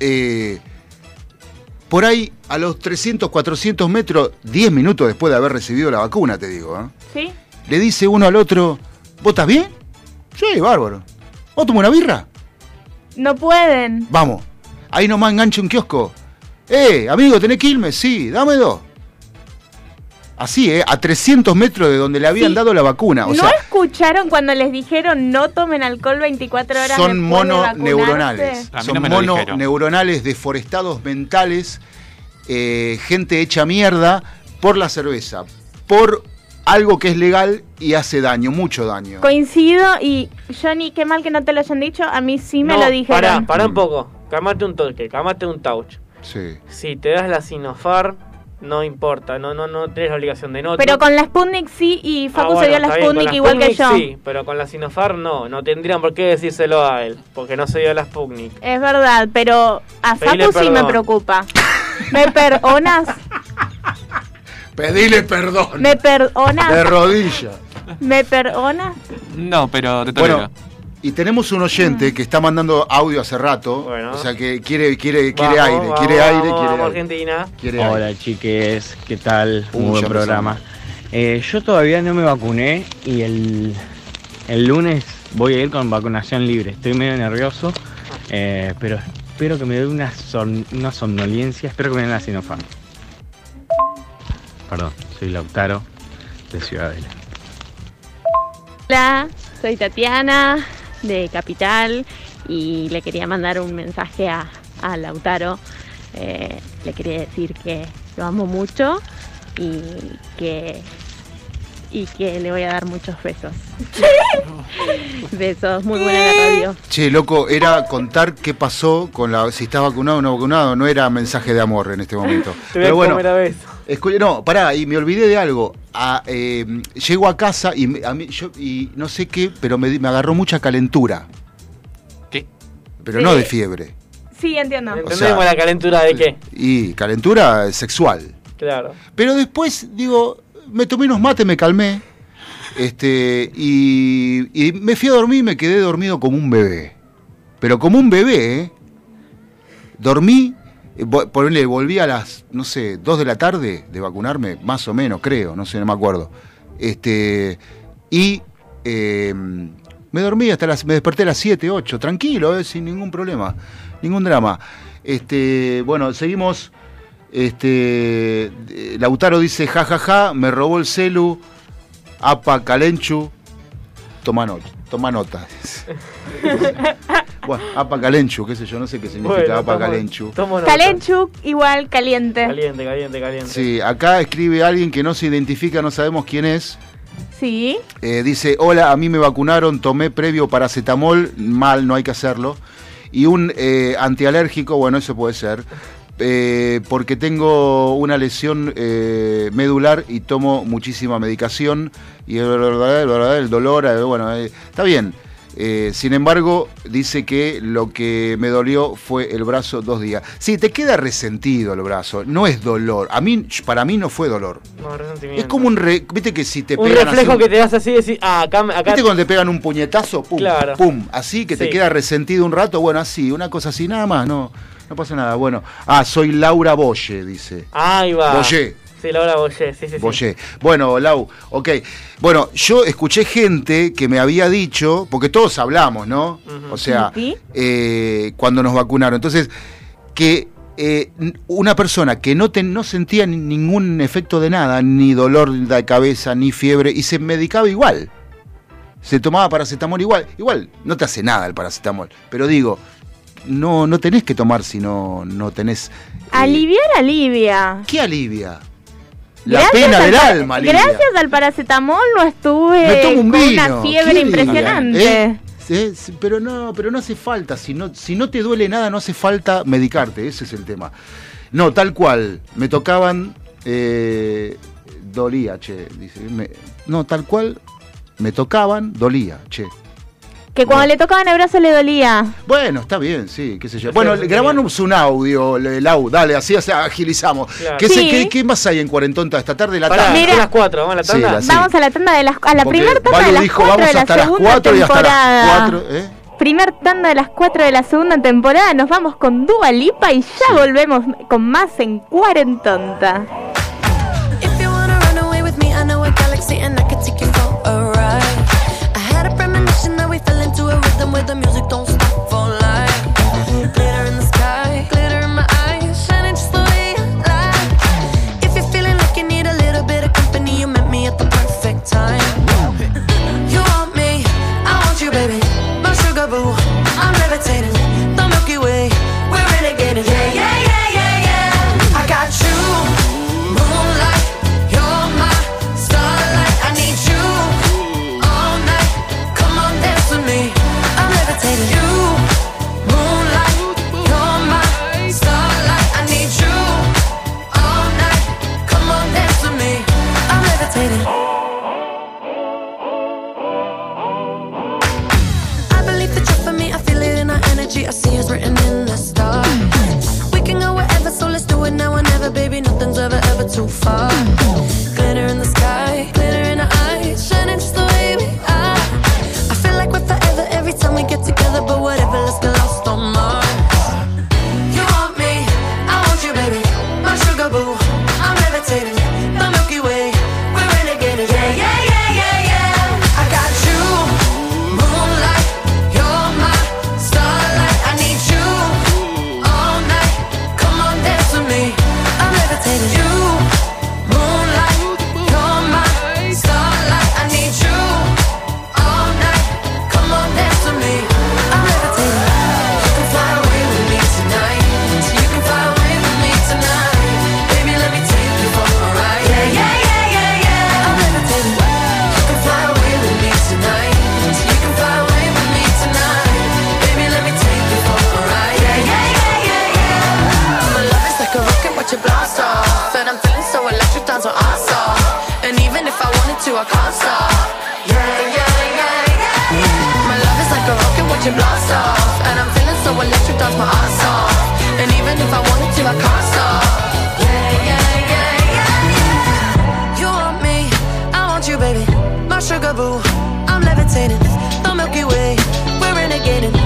por ahí a los 300, 400 metros, 10 minutos después de haber recibido la vacuna, te digo, ¿eh? ¿Sí? Le dice uno al otro, ¿vos estás bien? Sí, bárbaro. ¿Vos tomás una birra? No pueden. Vamos. Ahí nomás engancha un kiosco. Amigo, ¿tenés Quilmes? Sí, dame 2. Así, a 300 metros de donde le habían dado la vacuna. O ¿No sea, escucharon cuando les dijeron no tomen alcohol 24 horas son después de mononeuronales. vacunarse? Son mononeuronales deforestados mentales, gente hecha mierda por la cerveza, por algo que es legal y hace daño, mucho daño. Coincido y Johnny, qué mal que no te lo hayan dicho, a mí sí me lo dijeron. Pará un poco, calmate un toque, calmate un touch. Sí. Si te das la Sinopharm, no importa, no tenés la obligación de no. Pero con la Sputnik sí, y Facu se dio la Sputnik igual que yo. Sí, pero con la Sinopharm no tendrían por qué decírselo a él, porque no se dio la Sputnik. Es verdad, pero a Pedile Facu sí me perdón. preocupa. ¿Me perdonas? Pedile perdón. ¿Me perdonas? De rodillas. ¿Me perdonas? No, pero te tolero. Bueno, y tenemos un oyente que está mandando audio hace rato, o sea que quiere aire. Argentina. Hola chiques, ¿qué tal? Un buen ya programa. Yo todavía no me vacuné y el lunes voy a ir con vacunación libre. Estoy medio nervioso, pero espero que me dé una somnolencia, espero que me den la Sinopharm. Perdón, soy Lautaro de Ciudadela. Hola, soy Tatiana de Capital y le quería mandar un mensaje a Lautaro. Le quería decir que lo amo mucho y que le voy a dar muchos besos. Besos, muy buena la radio. Che, loco, era contar qué pasó con si estás vacunado o no vacunado, no era mensaje de amor en este momento. Pero bueno, no, pará, y me olvidé de algo. Llego a casa y no sé qué, pero me agarró mucha calentura. ¿Qué? Pero no de fiebre. Sí, entiendo. ¿Entendemos la calentura de qué? Y calentura sexual. Claro. Pero después, digo, me tomé unos mates, me calmé. Y me fui a dormir y me quedé dormido como un bebé. Pero como un bebé, ¿eh? Dormí, volví a las, 2 de la tarde de vacunarme, más o menos, creo, no me acuerdo. Y me dormí me desperté a las 7, 8, tranquilo, sin ningún problema, ningún drama. Bueno, seguimos. Lautaro dice, jajaja, me robó el celu, apa calenchu, toma nota. Bueno, apa calenchu, qué sé yo, no sé qué significa apa calenchu. Calenchu igual caliente. Caliente. Sí, acá escribe alguien que no se identifica, no sabemos quién es. Sí. Dice, hola, a mí me vacunaron, tomé previo paracetamol, mal, no hay que hacerlo. Y un antialérgico, bueno, eso puede ser. Porque tengo una lesión medular y tomo muchísima medicación y el dolor, bueno, está bien. Sin embargo, dice que lo que me dolió fue el brazo 2 días. Sí, te queda resentido el brazo, no es dolor. Para mí no fue dolor. No, resentimiento. Es como viste que si te un pegan reflejo así, que te das así y decís, acá. ¿Viste cuando te pegan un puñetazo? Pum, claro. Pum, así que te queda resentido un rato, bueno, así, una cosa así, nada más, no pasa nada. Bueno, soy Laura Boye, dice. Ahí va. Boye. Sí, Laura Boye, sí. Boye. Bueno, Lau, ok. Bueno, yo escuché gente que me había dicho, porque todos hablamos, ¿no? O sea, cuando nos vacunaron. Entonces, que una persona que no sentía ningún efecto de nada, ni dolor de cabeza, ni fiebre, y se medicaba igual. Se tomaba paracetamol igual. Igual, no te hace nada el paracetamol. Pero digo, no tenés que tomar si no tenés... Aliviar alivia. ¿Qué alivia? La pena del alma alivia. Gracias al paracetamol no estuve Me tomo un con vino. una fiebre impresionante. Pero no hace falta. Si no te duele nada, no hace falta medicarte. Ese es el tema. No, tal cual. Me tocaban... dolía, che. Dice, no, tal cual. Me tocaban, dolía, che. Que cuando le tocaban el brazo le dolía. Bueno, está bien, sí, qué sé yo. Bueno, grabamos un audio, Lau, dale, así agilizamos. Claro. ¿Qué más hay en Cuarentonta esta tarde? La tanda. Mira, las 4, ¿vamos a la tanda? Vamos a la tanda a la primera tanda Valu de las dijo, 4 vamos de la hasta las segunda 4 y hasta temporada. las 4, primer tanda de las 4 de la segunda temporada. Nos vamos con Dua Lipa y ya volvemos con más en Cuarentonta. If you wanna run away with me, I know a galaxy and I can take you for a ride. I had a premonition that we fell into a rhythm where the music don't stop for life. Glitter in the sky, glitter in my eyes, shining just the way I like. If you're feeling like you need a little bit of company, you met me at the perfect time. You want me, I want you, baby. My sugar boo, I'm levitating. The Milky Way, we're renegading. Yeah, yeah, yeah, yeah, yeah. I got you, moonlight. You're my starlight. I need you all night. Come on, dance with me. I'm levitating. You, moonlight. You're my starlight. I need you all night. Come on, dance with me. I'm levitating. I see us written in the stars. We can go wherever, so let's do it now or never, baby. Nothing's ever, ever too far. Glitter in the sky, glitter in our eyes, shining just the way we are. I feel like we're forever every time we get together, but whatever, let's get lost on Mars. You want me, I want you, baby. My sugar boo, I'm levitating. The Milky Way, we're renegading. Yeah, yeah, yeah, yeah, yeah. I got you, moonlight. You're my starlight. I need you all night. Come on, dance with me. I'm levitating. You, moonlight. You're my starlight. I need you all night. Come on, dance with me. I'm levitating. You can fly away with me tonight. So you can fly away with me tonight. Baby, let me take you for a ride. Yeah, yeah, yeah, yeah, yeah. I'm levitating. You can fly away with me tonight. So you can fly away with me tonight. Baby, let me take you for a ride. Yeah, yeah, yeah, yeah, yeah. My love is like a rocket, watch it blast off. And I'm feeling so electric, dance on our song. And even if I wanted to, I can't stop. Yeah, yeah, yeah, yeah. My love is like a rocket, watch it blast off. And I'm feeling so electric, dance my ass off. And even if I wanted to, I can't stop. Yeah, yeah, yeah, yeah. You want me, I want you, baby. My sugar boo, I'm levitating. The Milky Way, we're renegading.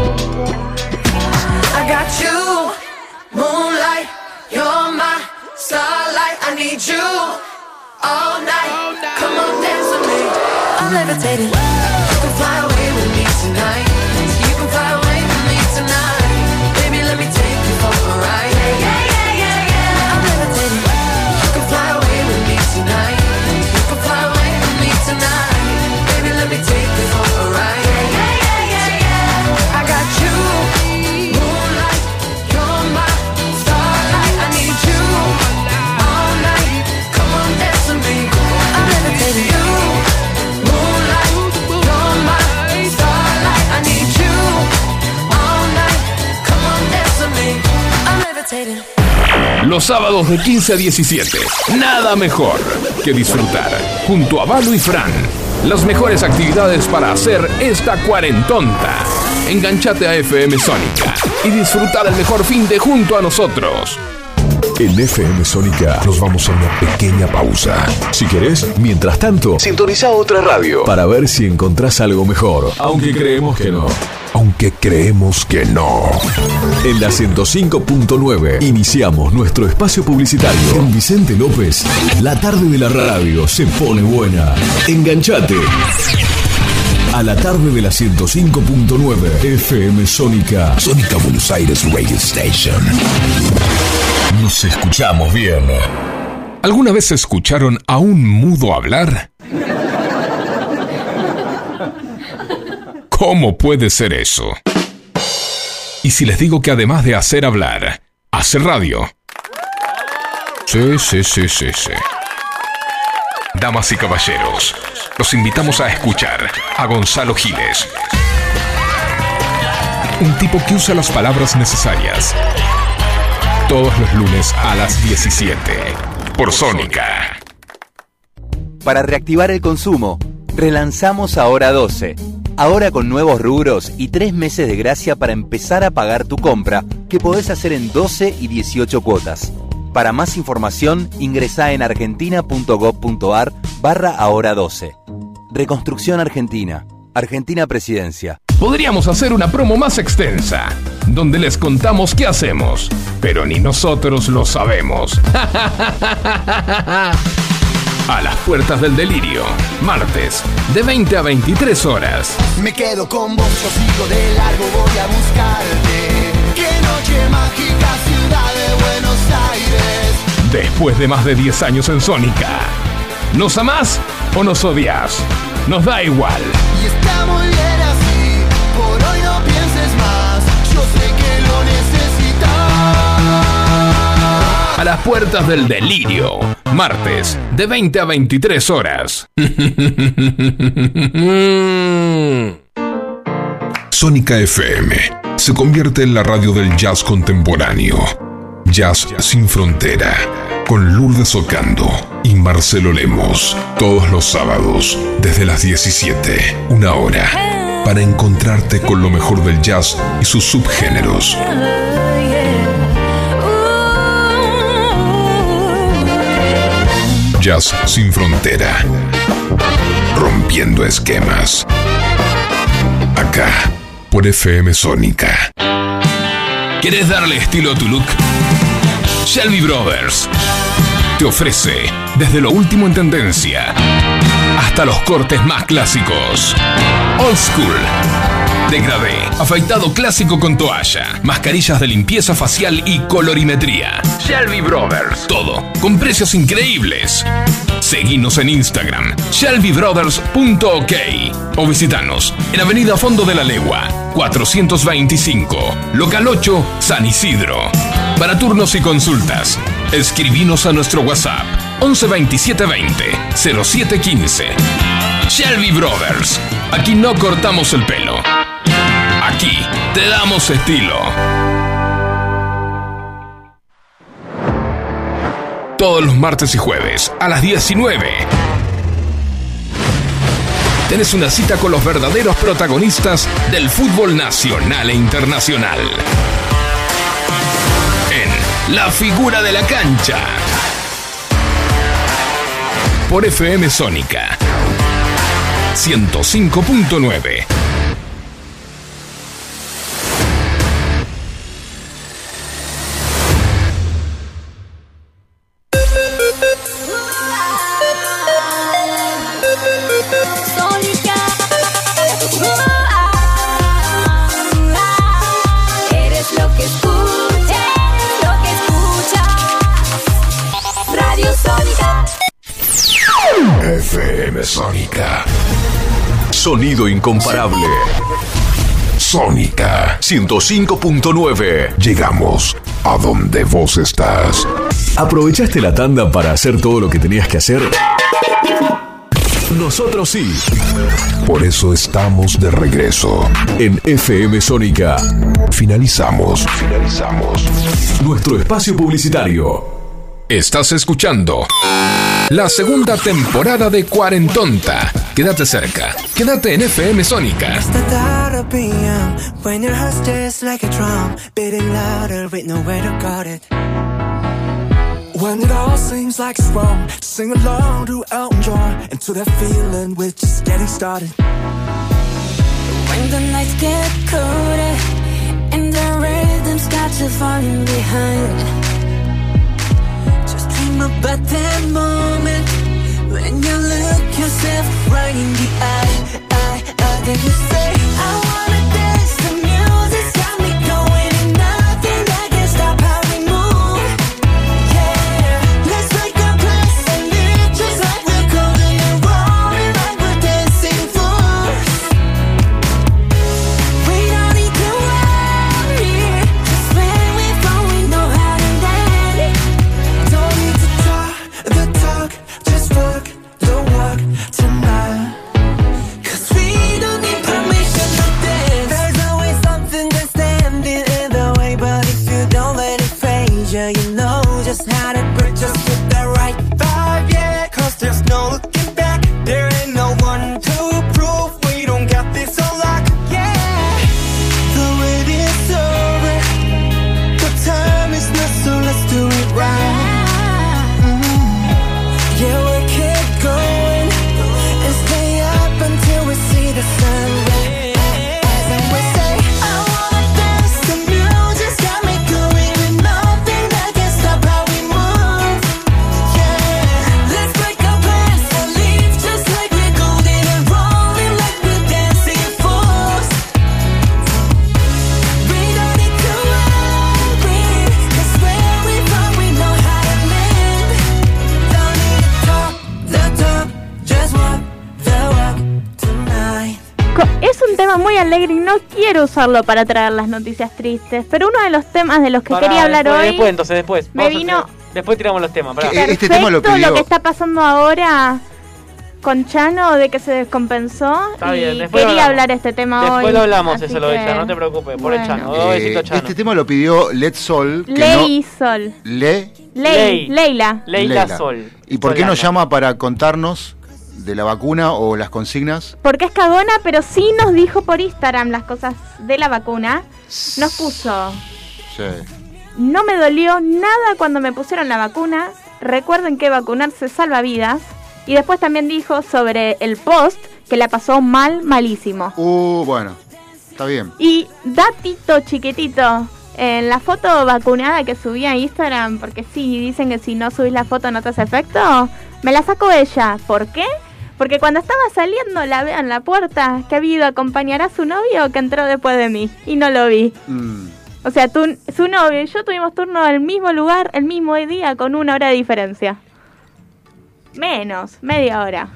I got you, moonlight. You're my starlight. I need you all night. Come on, dance with me. I'm levitating. You can fly away with me tonight. You can fly away with me tonight. Baby, let me take you for a ride. Yeah, yeah, yeah, yeah, yeah. I'm levitating. You can fly away with me tonight. You can fly away with me tonight. Baby, let me take you for a ride. Yeah, yeah, yeah, yeah, yeah. I got you, moonlight. You're my starlight. I need you all night. Come on, dance with me. I'm levitating. You, moonlight. You're my starlight. I need you all night. Come on, dance with me. I'm levitating. Los sábados de 15 a 17. Nada mejor que disfrutar junto a Balu y Fran las mejores actividades para hacer esta cuarentonta. Enganchate a FM Sónica y disfruta del mejor fin de junto a nosotros. En FM Sónica nos vamos a una pequeña pausa. Si querés, mientras tanto, sintoniza otra radio para ver si encontrás algo mejor. Aunque creemos que no. Aunque creemos que no. En la 105.9 iniciamos nuestro espacio publicitario. Con Vicente López, la tarde de la radio se pone buena. Enganchate. A la tarde de la 105.9 FM Sónica. Sónica Buenos Aires Radio Station. Nos escuchamos bien. ¿Alguna vez escucharon a un mudo hablar? ¿Cómo puede ser eso? ¿Y si les digo que además de hacer hablar, hace radio? Sí. Damas y caballeros, los invitamos a escuchar a Gonzalo Giles. Un tipo que usa las palabras necesarias. Todos los lunes a las 17, por Sónica. Para reactivar el consumo, relanzamos Ahora 12. Ahora con nuevos rubros y 3 meses de gracia para empezar a pagar tu compra, que podés hacer en 12 y 18 cuotas. Para más información, ingresá en argentina.gov.ar/Ahora 12. Reconstrucción Argentina. Argentina Presidencia. Podríamos hacer una promo más extensa, donde les contamos qué hacemos, pero ni nosotros lo sabemos. A las puertas del delirio, martes, de 20 a 23 horas. Me quedo con vos, yo sigo de largo, voy a buscarte. Qué noche mágica, ciudad de Buenos Aires. Después de más de 10 años en Sónica, ¿nos amás o nos odias? Nos da igual. Y está muy bien así, por hoy no pienses más, yo sé que lo necesitas. A las puertas del delirio, martes, de 20 a 23 horas. Sónica FM se convierte en la radio del jazz contemporáneo. Jazz sin frontera, con Lourdes Ocando y Marcelo Lemos. Todos los sábados, desde las 17, una hora, para encontrarte con lo mejor del jazz y sus subgéneros. Jazz sin frontera, rompiendo esquemas. Acá, por FM Sónica. ¿Querés darle estilo a tu look? Shelby Brothers te ofrece desde lo último en tendencia hasta los cortes más clásicos. Old School, degradé, afeitado clásico con toalla, mascarillas de limpieza facial y colorimetría. Shelby Brothers, todo con precios increíbles. Seguinos en Instagram, shelbybrothers.ok, o visitanos en Avenida Fondo de la Legua, 425, Local 8, San Isidro. Para turnos y consultas, escribinos a nuestro WhatsApp 11 27 20 07 15. Shelby Brothers, aquí no cortamos el pelo, aquí te damos estilo. Todos los martes y jueves a las 19 tenés una cita con los verdaderos protagonistas del fútbol nacional e internacional. En La Figura de la Cancha, por FM Sónica 105.9. Eres lo que escuchas, Radio Sónica. FM Sónica. Sonido incomparable. Sónica 105.9. Llegamos a donde vos estás. ¿Aprovechaste la tanda para hacer todo lo que tenías que hacer? Nosotros sí. Por eso estamos de regreso. En FM Sónica finalizamos nuestro espacio publicitario. Estás escuchando la segunda temporada de Cuarentonta. Quédate cerca, quédate en FM Sónica. Hasta the PM, when your heart just like a drum, beating louder with nowhere to guard it. When it all seems like it's wrong, just sing along to Elton John, and to that feeling we're just getting started. When the nights get colder and the rhythm's got you falling behind, just dream about that moment when you look yourself right in the eye. Then you say, I wanna dance, the music's got me going, and nothing that can stop how we move. Yeah, let's make a place and live just like we're golden and rolling like we're dancing fools. We don't need to worry, just when we fall we know how to dance. Don't need to talk the talk, just walk the walk tonight. 'Cause we don't need permission to dance. tema muy alegre y no quiero usarlo para traer las noticias tristes, pero uno de los temas de los que quería hablar hoy... Después. Me vino... Después tiramos los temas. Este tema lo pidió... lo que está pasando ahora con Chano, de que se descompensó. Está bien, y después quería hablar este tema hoy. Después lo hablamos, así eso lo de que- Chano, no te preocupes, por el Bueno. Chano. Besito, Chano. Este tema lo pidió Let Sol. Que Ley Sol. no, Leila. Leila Sol. ¿Y por qué Solana. nos llama para contarnos de la vacuna o las consignas? Porque es cagona, pero sí nos dijo por Instagram las cosas de la vacuna. Nos puso: Sí. no me dolió nada cuando me pusieron la vacuna. Recuerden que vacunarse salva vidas. Y después también dijo sobre el post que la pasó malísimo. Bueno, está bien. Y datito chiquitito, en la foto vacunada que subí a Instagram, porque sí, dicen que si no subís la foto no te hace efecto, me la sacó ella. ¿Por qué? Porque cuando estaba saliendo la veo en la puerta que había ido a acompañar a su novio que entró después de mí y no lo vi. O sea, su novio y yo tuvimos turno en el mismo lugar, el mismo día, con 1 hora de diferencia. Menos, media hora.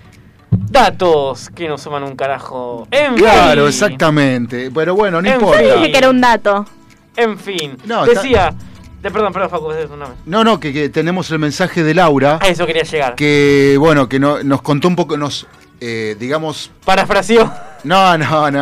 Datos que no suman un carajo. En Claro, fin. exactamente. Pero bueno, no En importa. fin. Dije que era un dato. En fin. No, Decía... Perdón, Facu, es tu nombre. No, que tenemos el mensaje de Laura. A eso quería llegar. Que, bueno, que nos contó un poco, digamos... Parafraseó. No.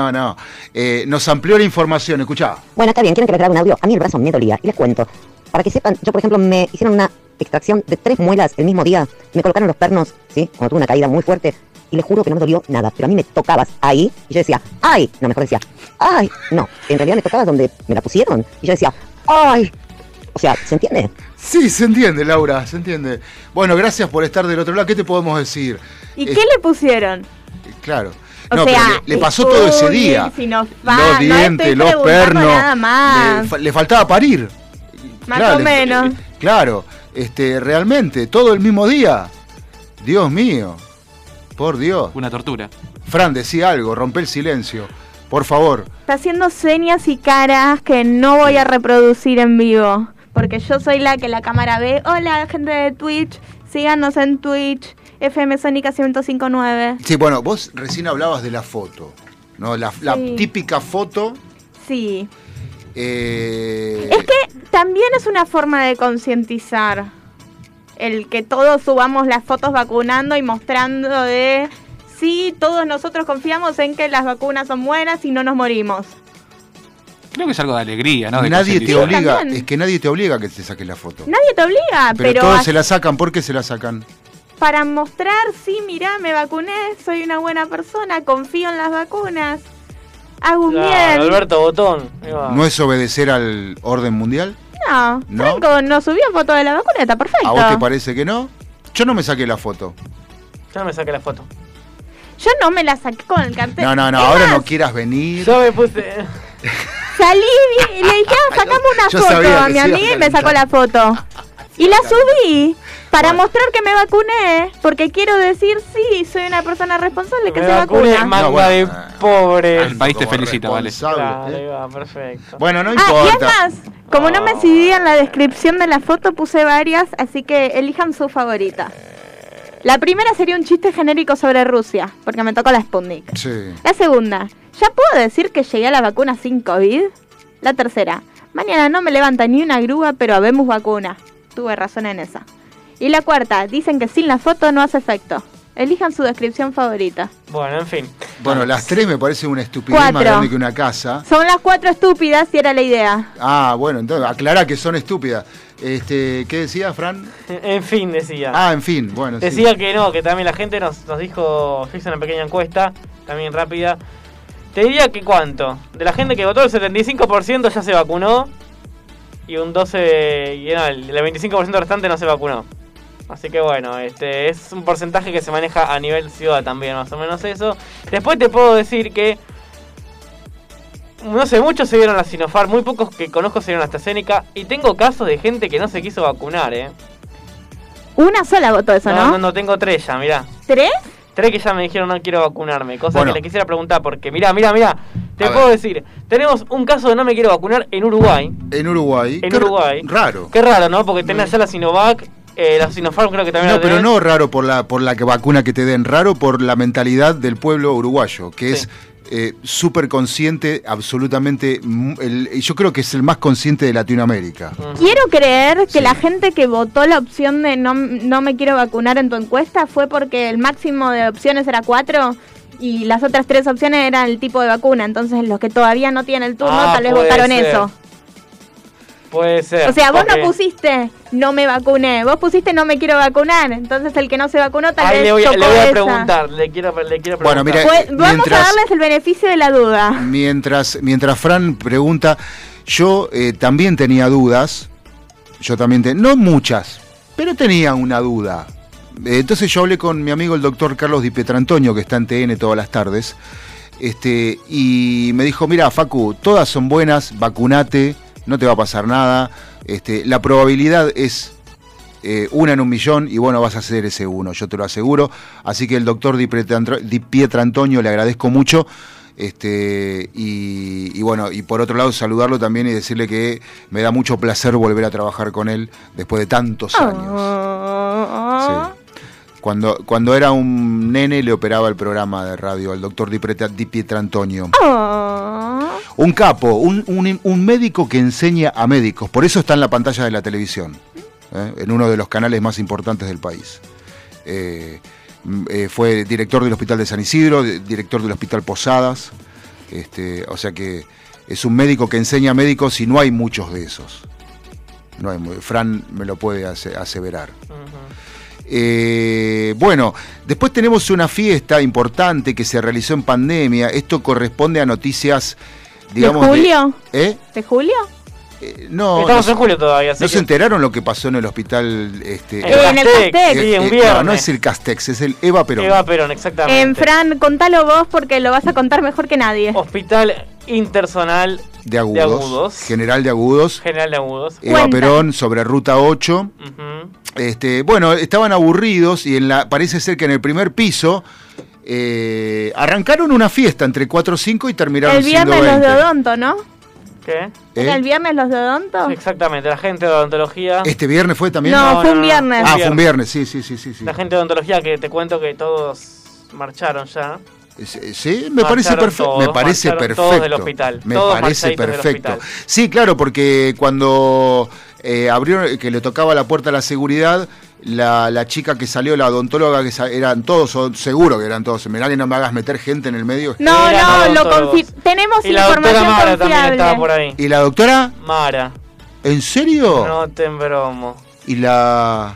Nos amplió la información, escuchá. Bueno, está bien, quieren que les grabe un audio. A mí el brazo me dolía. Y les cuento. Para que sepan, yo por ejemplo me hicieron una extracción de 3 muelas el mismo día. Me colocaron los pernos, ¿sí? Cuando tuve una caída muy fuerte. Y les juro que no me dolió nada. Pero a mí me tocabas ahí. Y yo decía, ¡ay! No, mejor decía, ¡ay! No, en realidad me tocabas donde me la pusieron. Y yo decía, ¡ay! O sea, ¿se entiende? Sí, se entiende, Laura, se entiende. Bueno, gracias por estar del otro lado. ¿Qué te podemos decir? ¿Y qué le pusieron? Claro. O No, sea, pero le pasó todo ese día. Los dientes, los pernos. Nada más. Le faltaba parir. Más Claro, o menos. Claro, realmente, todo el mismo día. Dios mío. Por Dios. Una tortura. Fran, decí algo, rompe el silencio. Por favor. Está haciendo señas y caras que no voy a reproducir en vivo. Porque yo soy la que la cámara ve. Hola, gente de Twitch. Síganos en Twitch. FM Sónica 105.9. Sí, bueno, vos recién hablabas de la foto, ¿no? La Sí. típica foto. Sí. Es Es que también es una forma de concientizar. El que todos subamos las fotos vacunando y mostrando de... Sí, todos nosotros confiamos en que las vacunas son buenas y no nos morimos. Creo que es algo de alegría, ¿no? De nadie te concientizar. obliga, También. es que nadie te obliga a que te saques la foto. Nadie te obliga, pero todos se la sacan, ¿por qué se la sacan? para mostrar, sí, mirá, me vacuné, soy una buena persona, confío en las vacunas, hago un Claro, bien. Alberto Botón. Ahí va. ¿No es obedecer al orden mundial? No, ¿No? Franco no subió foto de la vacuna, está perfecto. ¿A vos te parece que no? Yo no me saqué la foto. Yo no me saqué la foto. Yo no me la saqué con el cartel. No, Es ahora más, no quieras venir. Yo me puse... salí y le dije, sacame una Yo foto sabía a que mi se iba a amiga y me calentar. sacó la foto. Y la subí para mostrar que me vacuné, porque quiero decir, sí, soy una persona responsable que Me se vacuné, vacuna. manga No, bueno, de pobre. El país te como felicita, vale. responsable, Claro, ¿eh? ahí va, perfecto. Bueno, no Ah, y es importa. más, como no me decidí en la descripción de la foto, puse varias, así que elijan su favorita. La primera sería un chiste genérico sobre Rusia, porque me tocó la Sputnik. Sí. La segunda, ¿ya puedo decir que llegué a la vacuna sin COVID? La tercera, mañana no me levanta ni una grúa, pero habemos vacuna. Tuve razón en esa. Y la cuarta, dicen que sin la foto no hace efecto. Elijan su descripción favorita. Bueno, en fin. Bueno, las tres me parecen una estupidez más 4. grande que una casa. Son las 4 estúpidas y era la idea. Ah, bueno, entonces aclara que son estúpidas. ¿Qué decía, Fran? En fin, decía. Ah, en fin, bueno, sí. Decía que no, que también la gente nos dijo, yo hice una pequeña encuesta, también rápida. Te diría que cuánto. De la gente que votó, el 75% ya se vacunó. Y un 12%, y no, el 25% restante no se vacunó. Así que bueno, es un porcentaje que se maneja a nivel ciudad también, más o menos eso. Después te puedo decir que, no sé, muchos se dieron la Sinopharm, muy pocos que conozco se dieron la AstraZeneca. Y tengo casos de gente que no se quiso vacunar, Una sola votó eso, ¿no? No, tengo 3 ya, mirá. ¿3? 3 que ya me dijeron no quiero vacunarme. Cosa Bueno. que le quisiera preguntar porque mirá. Te A puedo ver. decir, tenemos un caso de no me quiero vacunar en Uruguay. En Uruguay. En Qué Uruguay. Raro. Qué raro, ¿no? Porque tenés ya la Sinovac, la Sinopharm creo que también No, la pero tenés. no raro por la que vacuna que te den, raro por la mentalidad del pueblo uruguayo, que es súper consciente, absolutamente, yo creo que es el más consciente de Latinoamérica. Quiero creer que la gente que votó la opción de no me quiero vacunar en tu encuesta fue porque el máximo de opciones era 4 y las otras 3 opciones eran el tipo de vacuna. Entonces los que todavía no tienen el turno tal vez votaron eso. Puede ser. O sea, vos no pusiste no me vacuné, vos pusiste no me quiero vacunar. Entonces el que no se vacunó tal vez le voy a esa. preguntar, le quiero preguntar. Bueno, mira, Vamos a darles el beneficio de la duda. Mientras Fran pregunta, yo también tenía dudas. No muchas, pero tenía una duda. Entonces yo hablé con mi amigo el doctor Carlos Di Pietrantonio, que está en TN todas las tardes, y me dijo, mira, Facu, todas son buenas, vacunate, no te va a pasar nada, la probabilidad es 1 en 1.000.000 y bueno, vas a ser ese 1, yo te lo aseguro. Así que el doctor Di Pietrantonio le agradezco mucho. Y bueno, y por otro lado saludarlo también y decirle que me da mucho placer volver a trabajar con él después de tantos años. Sí. Cuando era un nene le operaba el programa de radio al doctor Di Pietrantonio. Un capo, un médico que enseña a médicos, por eso está en la pantalla de la televisión, en uno de los canales más importantes del país. Fue director del Hospital de San Isidro, director del Hospital Posadas, o sea que es un médico que enseña a médicos y no hay muchos de esos. Fran me lo puede aseverar. Bueno, después tenemos una fiesta importante que se realizó en pandemia. Esto corresponde a noticias, digamos... ¿De julio? ¿De julio? No, estamos en julio todavía. ¿No se enteraron lo que pasó en el hospital? En el Castex. Sí, un viernes. No es el Castex, es el Eva Perón. Eva Perón, exactamente. Fran, contalo vos porque lo vas a contar mejor que nadie. Hospital Interzonal de Agudos. General de Agudos. Eva Perón, sobre Ruta 8. Bueno, estaban aburridos y parece ser que en el primer piso arrancaron una fiesta entre 4 o 5 y terminaron siendo 20. El viernes los de Odonto, ¿no? ¿Qué? ¿Era el viernes los de Odonto? Sí, exactamente, la gente de odontología. ¿Este viernes fue también? No, fue un viernes. Fue un viernes, sí. La gente de odontología, que te cuento que todos marcharon ya. Sí, me parece perfecto. Me parece perfecto. Todos del hospital. Me parece perfecto. Sí, claro, porque cuando abrieron, que le tocaba la puerta a la seguridad, la chica que salió, la odontóloga, que eran todos, seguro que eran todos. Mirá que no me hagas meter gente en el medio. No, tenemos y la información doctora Mara confiable. también estaba por ahí. ¿Y la doctora? Mara. ¿En serio? No te embromo. ¿Y la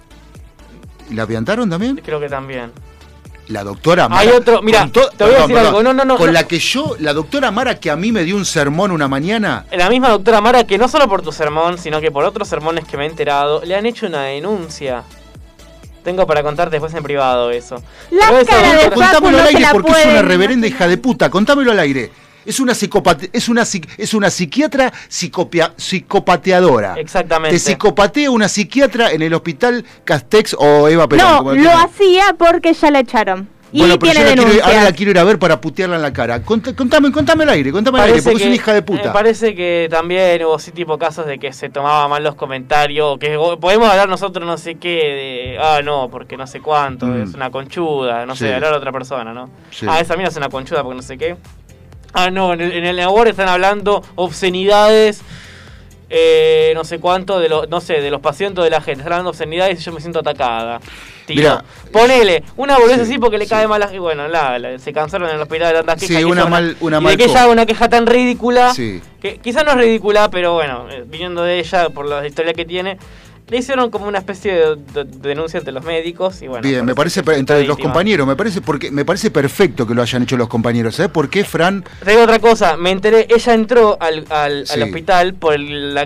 piantaron también? Creo que también. La doctora Mara. Hay otro, mira, te voy a decir algo. No. Con la que la doctora Mara que a mí me dio un sermón una mañana. La misma doctora Mara que no solo por tu sermón, sino que por otros sermones que me he enterado, le han hecho una denuncia. Tengo para contarte después en privado eso. Contámelo al aire porque es una reverenda hija de puta. Contámelo al aire. Es una psiquiatra psicopateadora. Exactamente. Te psicopatea una psiquiatra en el hospital Castex o Eva Perón. No, lo hacía porque ya la echaron. Y bueno, pero tiene denuncia. Ahora la quiero ir a ver para putearla en la cara. Contame al aire, porque es una hija de puta. Me parece que también hubo tipo casos de que se tomaba mal los comentarios, que podemos hablar nosotros no sé qué, no, porque no sé cuánto, es una conchuda, no sé, hablar a otra persona, ¿no? Sí. Esa mina es una conchuda porque no sé qué. No, en el Award están hablando obscenidades, no sé cuánto, de los pacientes de la gente. Están hablando obscenidades y yo me siento atacada. Tío, mirá, ponele una boludez así porque le cae mal a... Y bueno, se cansaron en el hospital de tantas quejas. Sí, una y de que ella haga una queja tan ridícula, que quizás no es ridícula, pero bueno, viniendo de ella, por la historia que tiene... Le hicieron como una especie de denuncia ante los médicos y bueno. Bien, me parece entre los compañeros, me parece perfecto que lo hayan hecho los compañeros. ¿Sabes por qué, Fran? Te digo otra cosa, me enteré, ella entró al hospital por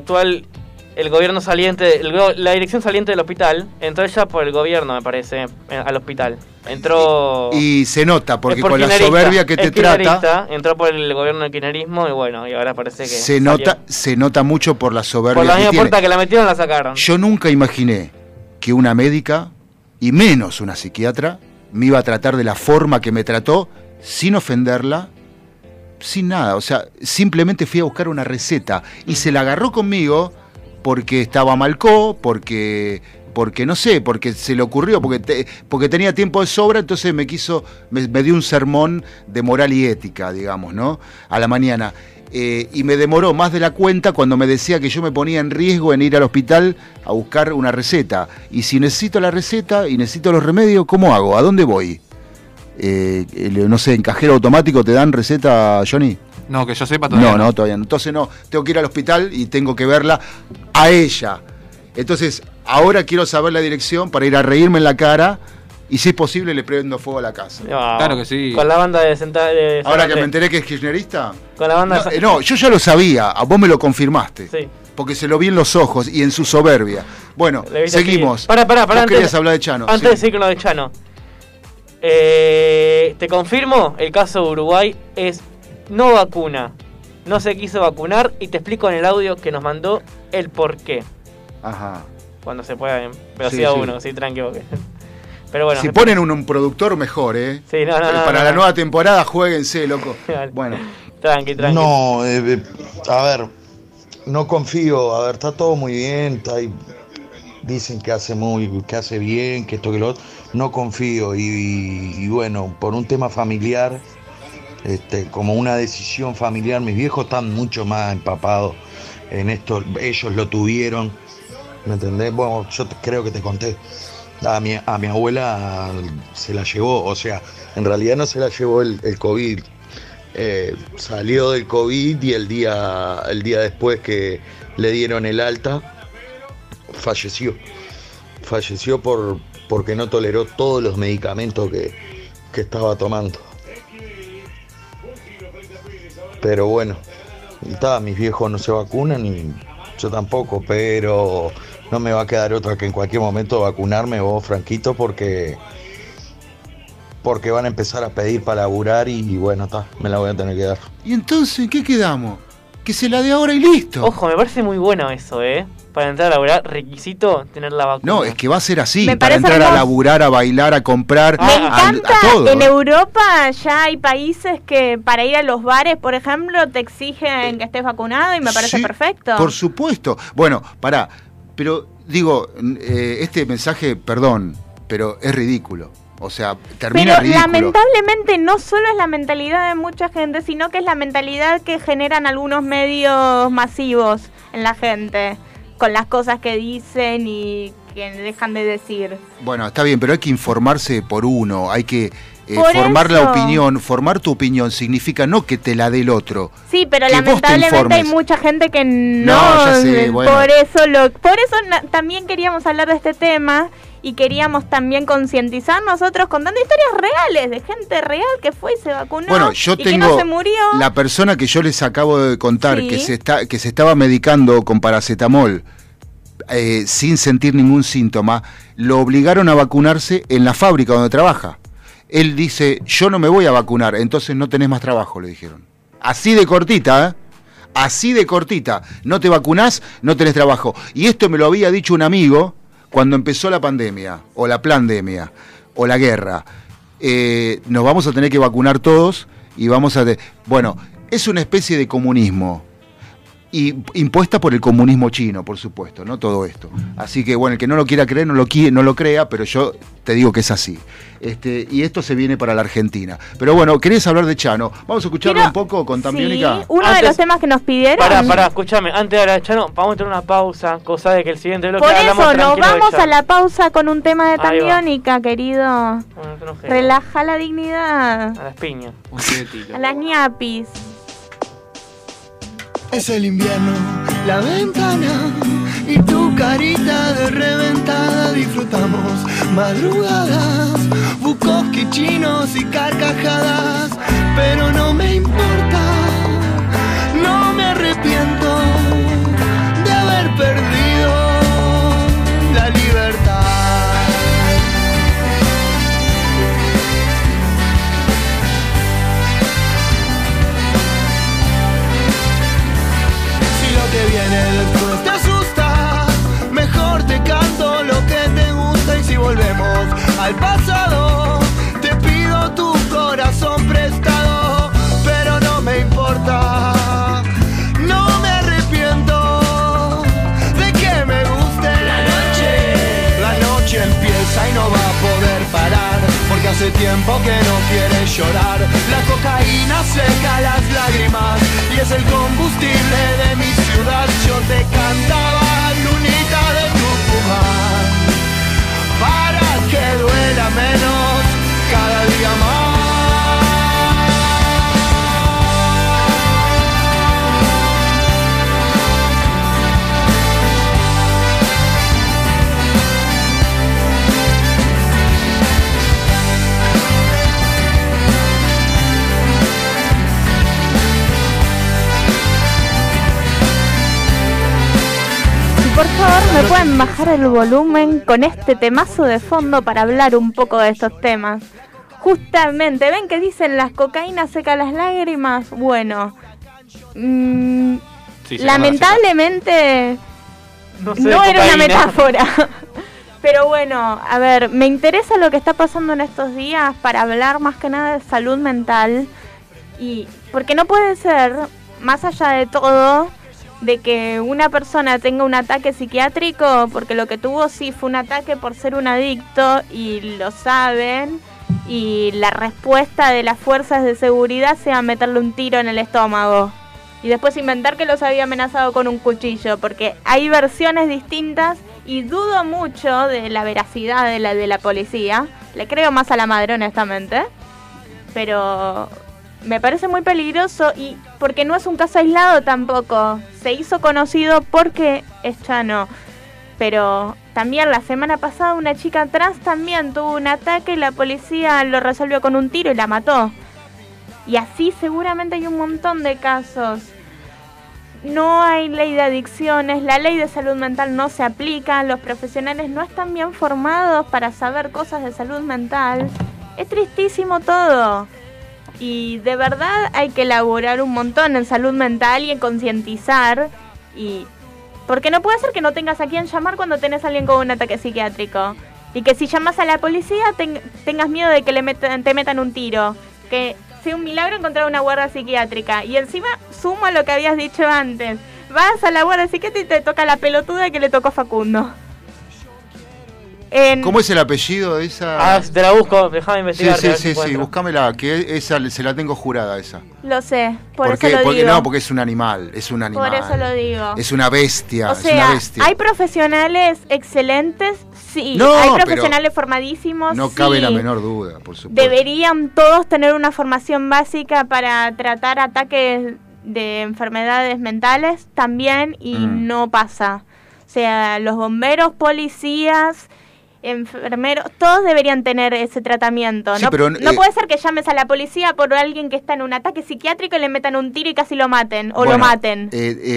el gobierno saliente, la dirección saliente del hospital, entró ella por el gobierno, me parece, al hospital. Entró... Y se nota, porque con la soberbia que te trata... Entró por el gobierno del kirchnerismo y bueno, y ahora parece que... Se nota mucho por la soberbia por la misma que puerta tiene. Que la metieron la sacaron. Yo nunca imaginé que una médica, y menos una psiquiatra, me iba a tratar de la forma que me trató, sin ofenderla, sin nada. O sea, simplemente fui a buscar una receta y se la agarró conmigo... porque estaba Malcó, porque porque no sé, porque se le ocurrió, porque tenía tiempo de sobra, entonces me dio un sermón de moral y ética, digamos, ¿no? A la mañana. Y me demoró más de la cuenta cuando me decía que yo me ponía en riesgo en ir al hospital a buscar una receta. Y si necesito la receta y necesito los remedios, ¿cómo hago? ¿A dónde voy? No sé, ¿en cajero automático te dan receta, Johnny? No, que yo sepa todavía. No, todavía no. Entonces no, tengo que ir al hospital y tengo que verla a ella. Entonces, ahora quiero saber la dirección para ir a reírme en la cara y si es posible le prendo fuego a la casa. No, claro que sí. Con la banda de Ahora que me enteré que es kirchnerista. Con la banda no, yo ya lo sabía, vos me lo confirmaste. Sí. Porque se lo vi en los ojos y en su soberbia. Bueno, seguimos. Pará. Vos querías hablar de Chano. Antes de seguir con lo de Chano. Te confirmo, el caso de Uruguay es no vacuna. No se quiso vacunar y te explico en el audio que nos mandó el por qué. Ajá. Cuando se pueda, pero Sí, sí a sí. uno, sí, tranquilo. Pero bueno. Si ponen un productor, mejor, ¿eh? Sí, no. Para la nueva temporada, juéguense, loco. Bueno. Tranqui. No, a ver, no confío. A ver, está todo muy bien. Dicen que hace bien, que esto, que lo otro. No confío. Y bueno, por un tema familiar, como una decisión familiar, mis viejos están mucho más empapados en esto. Ellos lo tuvieron, ¿me entendés? Bueno, yo creo que te conté. A mi abuela se la llevó, o sea, en realidad no se la llevó el COVID. Salió del COVID y el día después que le dieron el alta, falleció porque no toleró todos los medicamentos que estaba tomando. Pero bueno, mis viejos no se vacunan y yo tampoco, pero no me va a quedar otra que en cualquier momento vacunarme, vos, Franquito, porque van a empezar a pedir para laburar y bueno, me la voy a tener que dar. ¿Y entonces en qué quedamos? Que se la dé ahora y listo. Ojo, me parece muy bueno eso, Para entrar a laburar, requisito tener la vacuna. No, es que va a ser así, Me para parece entrar a hermoso. laburar, a bailar, a comprar, Me a encanta, todo. en Europa ya hay países que para ir a los bares, por ejemplo, te exigen que estés vacunado y me parece Sí, perfecto. Por supuesto. Bueno, pará, pero digo, este mensaje, perdón, pero es ridículo. O sea, termina Pero ridículo. lamentablemente no solo es la mentalidad de mucha gente, sino que es la mentalidad que generan algunos medios masivos en la gente, con las cosas que dicen y que dejan de decir. Bueno, está bien, pero hay que informarse por uno, hay que Por formar la eso. opinión. Formar tu opinión significa no que te la dé el otro. Sí, pero Que vos te lamentablemente hay informes. mucha gente que no. ya sé, bueno. Por eso también queríamos hablar de este tema y queríamos también concientizar nosotros contando historias reales de gente real que fue y se vacunó Bueno, yo y que tengo no se murió. la persona que yo les acabo de contar Sí. que se estaba medicando con paracetamol sin sentir ningún síntoma, lo obligaron a vacunarse en la fábrica donde trabaja. Él dice, yo no me voy a vacunar, entonces no tenés más trabajo, le dijeron. Así de cortita, así de cortita. No te vacunás, no tenés trabajo. Y esto me lo había dicho un amigo cuando empezó la pandemia, o la plandemia, o la guerra. Nos vamos a tener que vacunar todos y vamos a... Bueno, es una especie de comunismo. Y impuesta por el comunismo chino, por supuesto, ¿no? Todo esto. Así que, bueno, el que no lo quiera creer, no lo crea, pero yo te digo que es así. Y esto se viene para la Argentina. Pero bueno, ¿querés hablar de Chano? Vamos a escucharlo un poco con Tambiónica. Uno de los temas que nos pidieron. Pará, escúchame, antes de hablar de Chano, vamos a tener una pausa, cosa de que el siguiente bloque Por hablamos eso, nos tranquilo de vamos Chano. a la pausa con un tema de Ahí va. Tambiónica, querido. No te enojes. Relaja la dignidad. A las piñas. A las ñapis. Es el invierno, la ventana y tu carita de reventada. Disfrutamos madrugadas, Bukowski, chinos y carcajadas. Pero no me importa, no me arrepiento de haber perdido la libertad. Si lo que viene después te asusta, mejor te canto lo que te gusta. Y si volvemos al pasado, te pido tu corazón prestado. Pero no me importa, no me arrepiento de que me va a poder parar, porque hace tiempo que no quiere llorar. La cocaína seca las lágrimas y es el combustible de mi ciudad. Yo te cantaba, lunita de Tucumán, para que duela menos cada día más. Por favor, ¿me pueden bajar el volumen con este temazo de fondo para hablar un poco de estos temas? Justamente, ¿ven que dicen las cocaínas seca las lágrimas? Bueno, lamentablemente no era una metáfora. Pero bueno, a ver, me interesa lo que está pasando en estos días para hablar más que nada de salud mental. Y porque no puede ser, más allá de todo, de que una persona tenga un ataque psiquiátrico, porque lo que tuvo sí fue un ataque por ser un adicto y lo saben, y la respuesta de las fuerzas de seguridad sea meterle un tiro en el estómago y después inventar que los había amenazado con un cuchillo, porque hay versiones distintas y dudo mucho de la veracidad de la policía. Le creo más a la madre, honestamente, pero me parece muy peligroso, y porque no es un caso aislado tampoco. Se hizo conocido porque es Chano. Pero también la semana pasada una chica trans también tuvo un ataque y la policía lo resolvió con un tiro y la mató. Y así seguramente hay un montón de casos. No hay ley de adicciones, la ley de salud mental no se aplica, los profesionales no están bien formados para saber cosas de salud mental. Es tristísimo todo. Y de verdad hay que elaborar un montón en salud mental y en concientizar. Y porque no puede ser que no tengas a quién llamar cuando tenés a alguien con un ataque psiquiátrico. Y que si llamas a la policía tengas miedo de que te metan un tiro. Que sea un milagro encontrar una guardia psiquiátrica. Y encima sumo a lo que habías dicho antes. Vas a la guardia psiquiátrica y te toca la pelotuda que le tocó a Facundo. ¿Cómo es el apellido de esa? Ah, te la busco, déjame investigar. Sí, búscamela, que esa se la tengo jurada, esa. Lo sé, por eso lo digo. No, porque es un animal, Por eso lo digo. Es una bestia, o sea, es una bestia. Hay profesionales excelentes, sí. No, hay profesionales formadísimos, no sí. cabe la menor duda, por supuesto. Deberían todos tener una formación básica para tratar ataques de enfermedades mentales también, y no pasa. O sea, los bomberos, policías, enfermeros, todos deberían tener ese tratamiento. Sí, no, pero, no puede ser que llames a la policía por alguien que está en un ataque psiquiátrico y le metan un tiro y casi lo maten, o lo maten.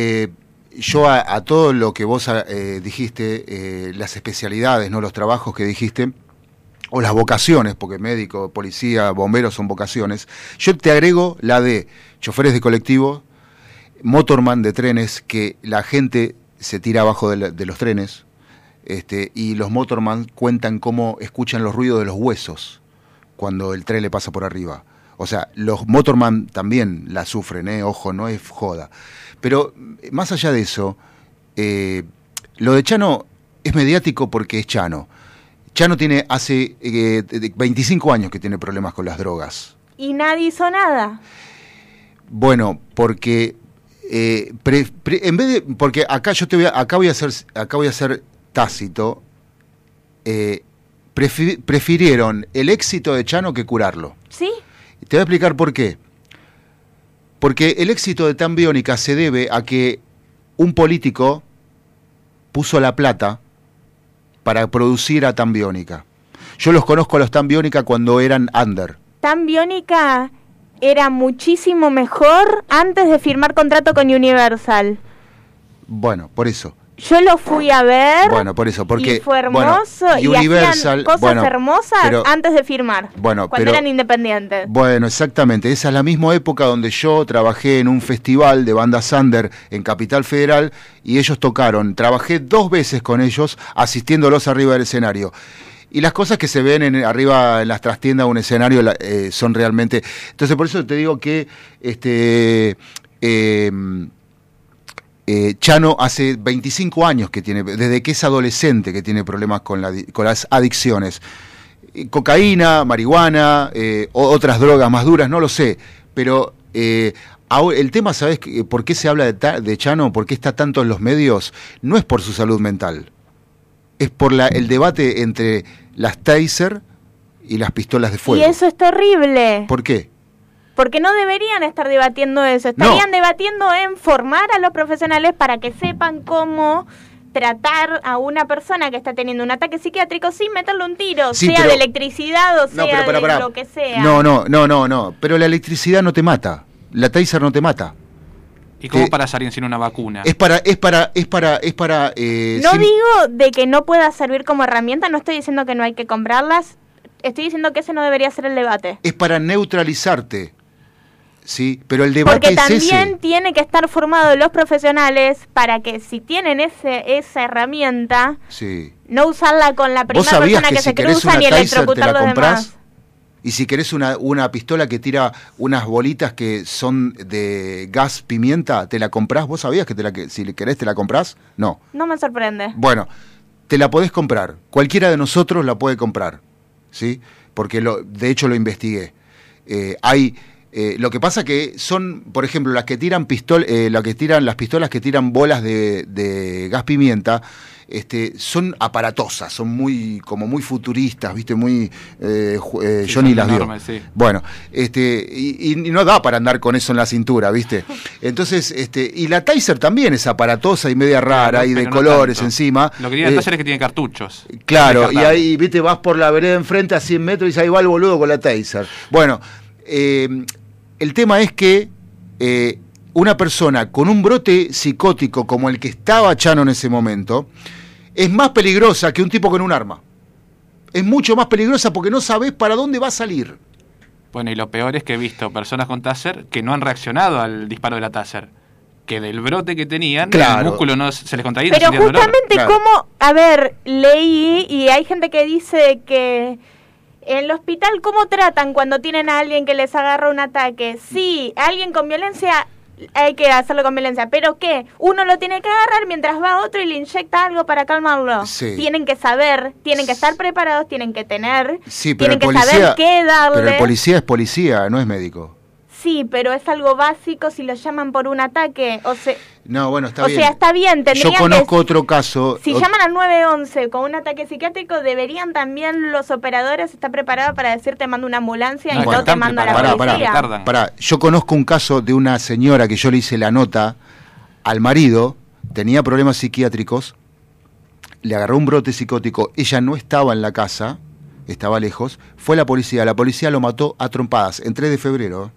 Yo a todo lo que vos dijiste, las especialidades, no los trabajos que dijiste, o las vocaciones, porque médico, policía, bomberos son vocaciones, yo te agrego la de choferes de colectivo, motorman de trenes, que la gente se tira abajo de los trenes. Y los motorman cuentan cómo escuchan los ruidos de los huesos cuando el tren le pasa por arriba. O sea, los motorman también la sufren, ojo, no es joda. Pero más allá de eso, lo de Chano es mediático porque es Chano. Chano tiene hace 25 años que tiene problemas con las drogas. Y nadie hizo nada. Bueno, porque en vez de, porque acá voy a ser tácito, prefirieron el éxito de Chano que curarlo. ¿Sí? Te voy a explicar por qué. Porque el éxito de Tan Biónica se debe a que un político puso la plata para producir a Tan Biónica. Yo los conozco a los Tan Biónica cuando eran under. Tan Biónica era muchísimo mejor antes de firmar contrato con Universal. Bueno, por eso. Yo lo fui a ver. Bueno, por eso, porque y fue hermoso, y Universal, hacían cosas hermosas antes de firmar, cuando eran independientes. Bueno, exactamente, esa es la misma época donde yo trabajé en un festival de bandas under en Capital Federal y ellos tocaron. Trabajé 2 veces con ellos asistiéndolos arriba del escenario. Y las cosas que se ven arriba en las trastiendas de un escenario son realmente... Entonces por eso te digo que Chano hace 25 años que tiene, desde que es adolescente, que tiene problemas con las adicciones. Cocaína, marihuana, otras drogas más duras, no lo sé. Pero ahora, el tema, ¿sabes por qué se habla de Chano? ¿Por qué está tanto en los medios? No es por su salud mental. Es por el debate entre las taser y las pistolas de fuego. Y eso es terrible. ¿Por qué? Porque no deberían estar debatiendo eso. Estarían debatiendo en formar a los profesionales para que sepan cómo tratar a una persona que está teniendo un ataque psiquiátrico sin meterle un tiro, Sí, sea pero- de electricidad o No, sea pero pará. de lo que sea. No. Pero la electricidad no te mata. La taser no te mata. ¿Y cómo paras a alguien sin una vacuna? Es para No digo de que no pueda servir como herramienta, no estoy diciendo que no hay que comprarlas, estoy diciendo que ese no debería ser el debate. es para neutralizarte. Sí, pero el debate Porque es también ese. tiene que estar formados los profesionales para que si tienen esa herramienta, Sí. no usarla con la ¿Vos primera sabías persona que que si se querés cruza una ni taser te electrocutar la a los comprás? demás? Y si querés una pistola que tira unas bolitas que son de gas pimienta, ¿te la comprás? ¿Vos sabías que si querés te la comprás? No. No me sorprende. Bueno, te la podés comprar. Cualquiera de nosotros la puede comprar, ¿sí? Porque de hecho lo investigué. Lo que pasa que son, por ejemplo, las pistolas que tiran bolas de gas pimienta, son aparatosas, son muy futuristas, ¿viste? Muy Johnny las vio. enormes, sí. Bueno, y no da para andar con eso en la cintura, ¿viste? Entonces, y la taser también es aparatosa y media rara y de Pero no colores tanto. encima. Lo que tiene el taller es que tiene cartuchos. Claro, y Descartable. ahí, viste, vas por la vereda enfrente a 100 metros y dices, ahí va el boludo con la taser. Bueno, el tema es que una persona con un brote psicótico como el que estaba Chano en ese momento, es más peligrosa que un tipo con un arma. Es mucho más peligrosa porque no sabés para dónde va a salir. Bueno, y lo peor es que he visto personas con taser que no han reaccionado al disparo de la taser. Que del brote que tenían, Claro. el músculo no se les contraía. y no Pero sentían dolor. justamente como, a ver, leí y hay gente que dice que en el hospital, ¿cómo tratan cuando tienen a alguien que les agarra un ataque? Sí, alguien con violencia, hay que hacerlo con violencia, pero ¿qué? Uno lo tiene que agarrar mientras va otro y le inyecta algo para calmarlo. Sí. Tienen que saber, tienen que estar preparados, tienen que tener, Sí, pero tienen el que saber policía, qué darle. pero el policía es policía, no es médico. Sí, pero es algo básico si lo llaman por un ataque. O sea, No, bueno, está bien. está bien, tendrían Yo conozco otro caso. Si llaman al 911 con un ataque psiquiátrico, deberían también los operadores estar preparados para decir te mando una ambulancia y no te mando a la policía. Pará. Yo conozco un caso de una señora que yo le hice la nota al marido, tenía problemas psiquiátricos, le agarró un brote psicótico, ella no estaba en la casa, estaba lejos, fue la policía lo mató a trompadas, en 3 de febrero.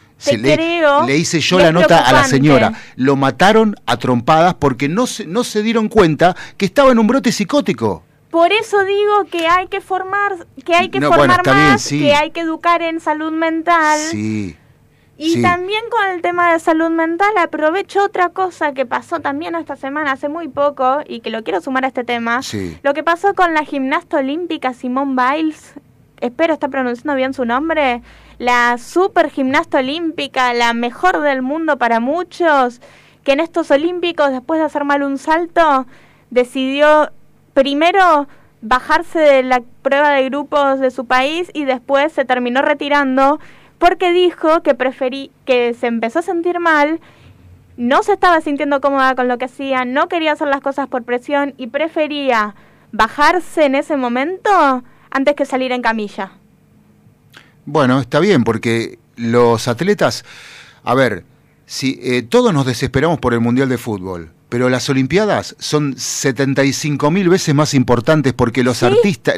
Le hice yo y la es nota a la preocupante. señora. Lo mataron a trompadas porque no se dieron cuenta que estaba en un brote psicótico. Por eso digo que hay que formar, No, formar bueno, está más, bien, sí. que hay que educar en salud mental. Sí. Y sí. también con el tema de salud mental, aprovecho otra cosa que pasó también esta semana, hace muy poco, y que lo quiero sumar a este tema. Sí. Lo que pasó con la gimnasta olímpica Simone Biles, espero estar pronunciando bien su nombre, la super gimnasta olímpica, la mejor del mundo para muchos, que en estos olímpicos, después de hacer mal un salto, decidió primero bajarse de la prueba de grupos de su país y después se terminó retirando porque dijo que se empezó a sentir mal, no se estaba sintiendo cómoda con lo que hacía, no quería hacer las cosas por presión y prefería bajarse en ese momento antes que salir en camilla. Bueno, está bien, porque los atletas, a ver, si todos nos desesperamos por el Mundial de Fútbol, pero las Olimpiadas son 75.000 veces más importantes porque los atletas,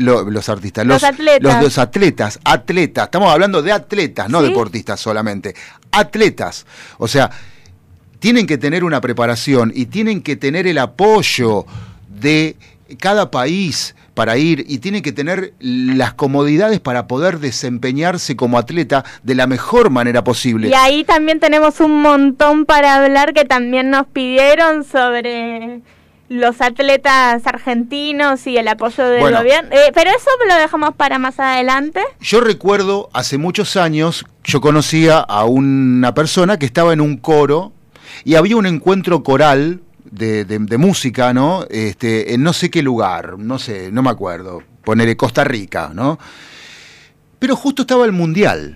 estamos hablando de atletas, no ¿Sí? deportistas solamente, atletas, o sea, tienen que tener una preparación y tienen que tener el apoyo de cada país para ir y tiene que tener las comodidades para poder desempeñarse como atleta de la mejor manera posible. Y ahí también tenemos un montón para hablar que también nos pidieron sobre los atletas argentinos y el apoyo del Bueno. gobierno. Pero eso lo dejamos para más adelante. Yo recuerdo, hace muchos años, yo conocía a una persona que estaba en un coro y había un encuentro coral de música, ¿no? En no sé qué lugar, no me acuerdo, ponele Costa Rica, ¿no? Pero justo estaba el Mundial,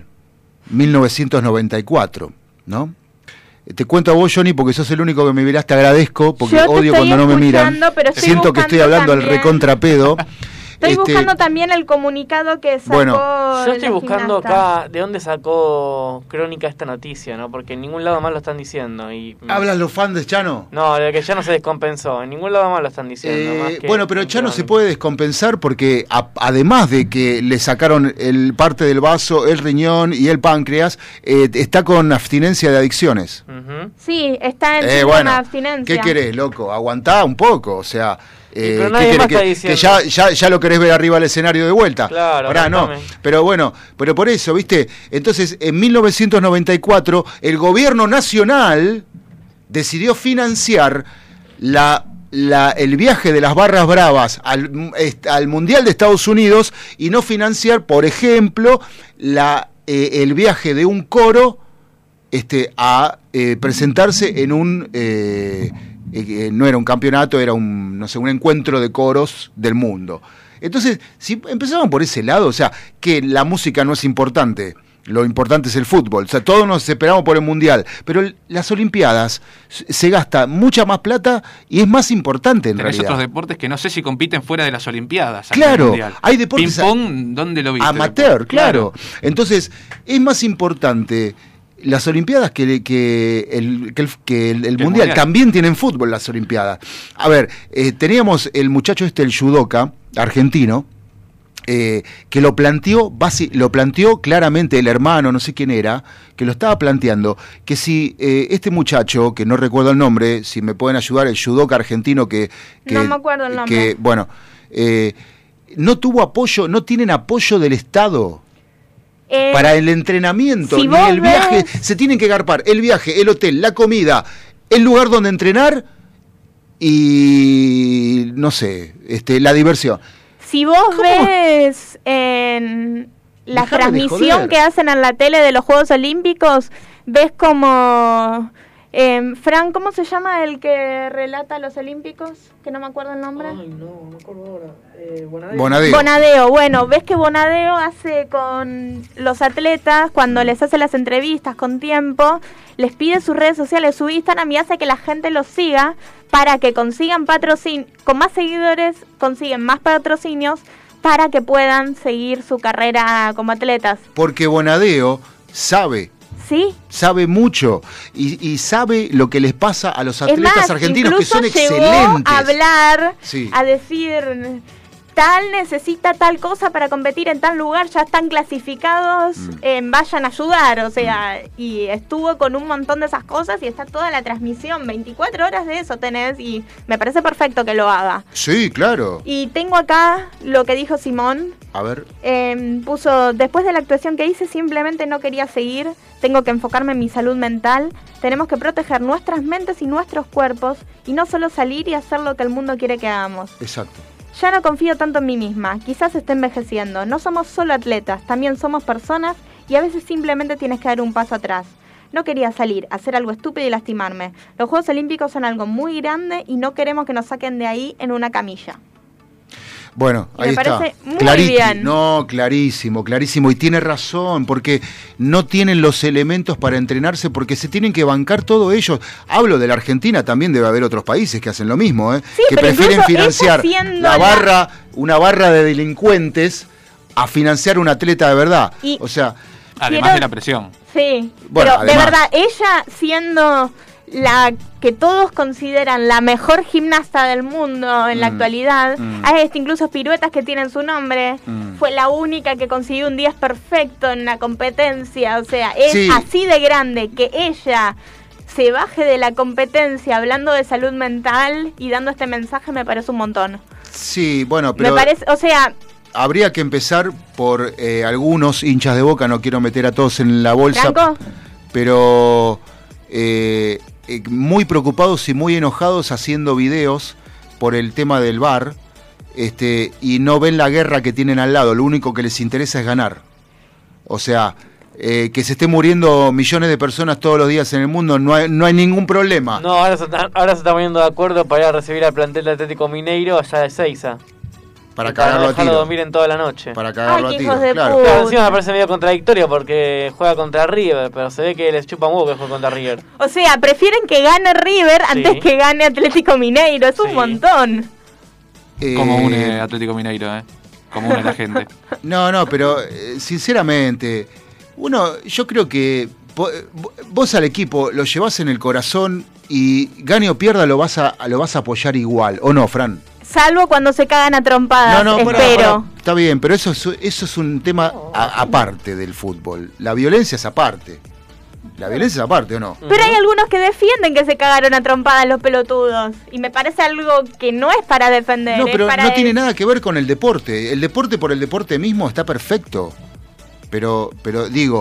1994, ¿no? Te cuento a vos, Johnny, porque sos el único que me mirás, te agradezco, porque Yo te odio estoy cuando no me miran. escuchando, pero estoy Siento que estoy hablando al también. recontrapedo. Estoy buscando también el comunicado que sacó Yo estoy la buscando gimnasta. acá de dónde sacó Crónica esta noticia, ¿no? Porque en ningún lado más lo están diciendo. ¿Hablan los fans de Chano? No, de que ya no se descompensó. En ningún lado más lo están diciendo. más que Bueno, pero en Chano se Crónica. puede descompensar porque además de que le sacaron el parte del vaso, el riñón y el páncreas, está con abstinencia de adicciones. Sí, está en Bueno, abstinencia. ¿qué querés, loco? Aguantá un poco, o sea... pero ¿qué nadie querés? más está Que diciendo. ya lo querés ver arriba del escenario de vuelta. Claro, Ahora no, contame. pero bueno, pero por eso, ¿viste? Entonces, en 1994, el gobierno nacional decidió financiar el viaje de las Barras Bravas al Mundial de Estados Unidos y no financiar, por ejemplo, el viaje de un coro a presentarse en un... no era un campeonato, era un encuentro de coros del mundo. Entonces, si empezamos por ese lado, o sea, que la música no es importante, lo importante es el fútbol, o sea, todos nos esperamos por el Mundial, pero las Olimpiadas se gasta mucha más plata y es más importante en Tenés realidad. otros deportes que no sé si compiten fuera de las Olimpiadas. Claro, hay deportes Ping-pong, ¿dónde lo viste? amateur, claro. Entonces, es más importante las Olimpiadas que el Mundial. También tienen fútbol las Olimpiadas. A ver, teníamos el muchacho el judoka argentino, que lo planteó claramente el hermano, no sé quién era, que lo estaba planteando, que si este muchacho, que no recuerdo el nombre, si me pueden ayudar, el judoka argentino que No me acuerdo el nombre. no tuvo apoyo, no tienen apoyo del Estado. Para el entrenamiento, si ni el viaje, se tienen que garpar el viaje, el hotel, la comida, el lugar donde entrenar y no sé, la diversión. Si vos ves en la Dejame de transmisión joder. que hacen en la tele de los Juegos Olímpicos, ves como... Fran, ¿cómo se llama el que relata los Olímpicos? Que no me acuerdo el nombre. Ay, no me acuerdo ahora. Bonadeo. Bueno, ves que Bonadeo hace con los atletas, cuando les hace las entrevistas con tiempo, les pide sus redes sociales, su Instagram, y hace que la gente los siga para que consigan patrocinio. Con más seguidores consiguen más patrocinios para que puedan seguir su carrera como atletas. Porque Bonadeo sabe mucho y sabe lo que les pasa a los atletas Es más, argentinos, que son incluso llegó excelentes. a hablar, Sí. a decir, tal necesita tal cosa para competir en tal lugar, ya están clasificados, vayan a ayudar, o sea, y estuvo con un montón de esas cosas y está toda la transmisión, 24 horas de eso tenés, y me parece perfecto que lo haga. Sí, claro. Y tengo acá lo que dijo Simón. A ver. Puso, después de la actuación que hice, simplemente no quería seguir, tengo que enfocarme en mi salud mental, tenemos que proteger nuestras mentes y nuestros cuerpos y no solo salir y hacer lo que el mundo quiere que hagamos. Exacto. Ya no confío tanto en mí misma, quizás esté envejeciendo, no somos solo atletas, también somos personas y a veces simplemente tienes que dar un paso atrás. No quería salir, hacer algo estúpido y lastimarme. Los Juegos Olímpicos son algo muy grande y no queremos que nos saquen de ahí en una camilla. Bueno, Y ahí me está. parece muy bien. No, clarísimo. Y tiene razón, porque no tienen los elementos para entrenarse, porque se tienen que bancar todo ellos. Hablo de la Argentina, también debe haber otros países que hacen lo mismo, que pero prefieren incluso financiar ella siendo una barra de delincuentes a financiar un atleta de verdad. Y o sea, además de la presión. Sí, Bueno, pero de además- verdad, ella siendo la que todos consideran la mejor gimnasta del mundo en la actualidad, hay incluso piruetas que tienen su nombre, fue la única que consiguió un 10 perfecto en la competencia, o sea, es Sí. así de grande que ella se baje de la competencia hablando de salud mental y dando este mensaje, me parece un montón. sí, bueno, pero... Me parece, o sea, Habría que empezar por algunos hinchas de Boca, no quiero meter a todos en la bolsa, ¿Franco? pero muy preocupados y muy enojados haciendo videos por el tema del VAR, y no ven la guerra que tienen al lado, lo único que les interesa es ganar. O sea, que se estén muriendo millones de personas todos los días en el mundo, no hay ningún problema. No, ahora se está poniendo de acuerdo para ir a recibir al plantel de Atlético Mineiro allá de Seiza. Para cagarlo a dejarlo tiro. dormir en toda la noche. Para cagarlo Ay, a qué tiro, hijos de claro. puta. Claro, encima me parece medio contradictorio porque juega contra River, pero se ve que les chupa un huevo que juegue contra River. O sea, prefieren que gane River antes que gane Atlético Mineiro. Es un montón. Como un Atlético Mineiro, como une la gente. No, pero sinceramente, yo creo que vos al equipo lo llevás en el corazón y gane o pierda lo vas a apoyar igual, ¿o no, Fran? Salvo cuando se cagan a trompadas, No, espero. está bien, pero eso es un tema aparte del fútbol. La violencia es aparte. La violencia es aparte, ¿o no? Pero hay algunos que defienden que se cagaron a trompadas los pelotudos. Y me parece algo que no es para defender. No, pero es para no tiene nada que ver con el deporte. El deporte por el deporte mismo está perfecto. Pero digo,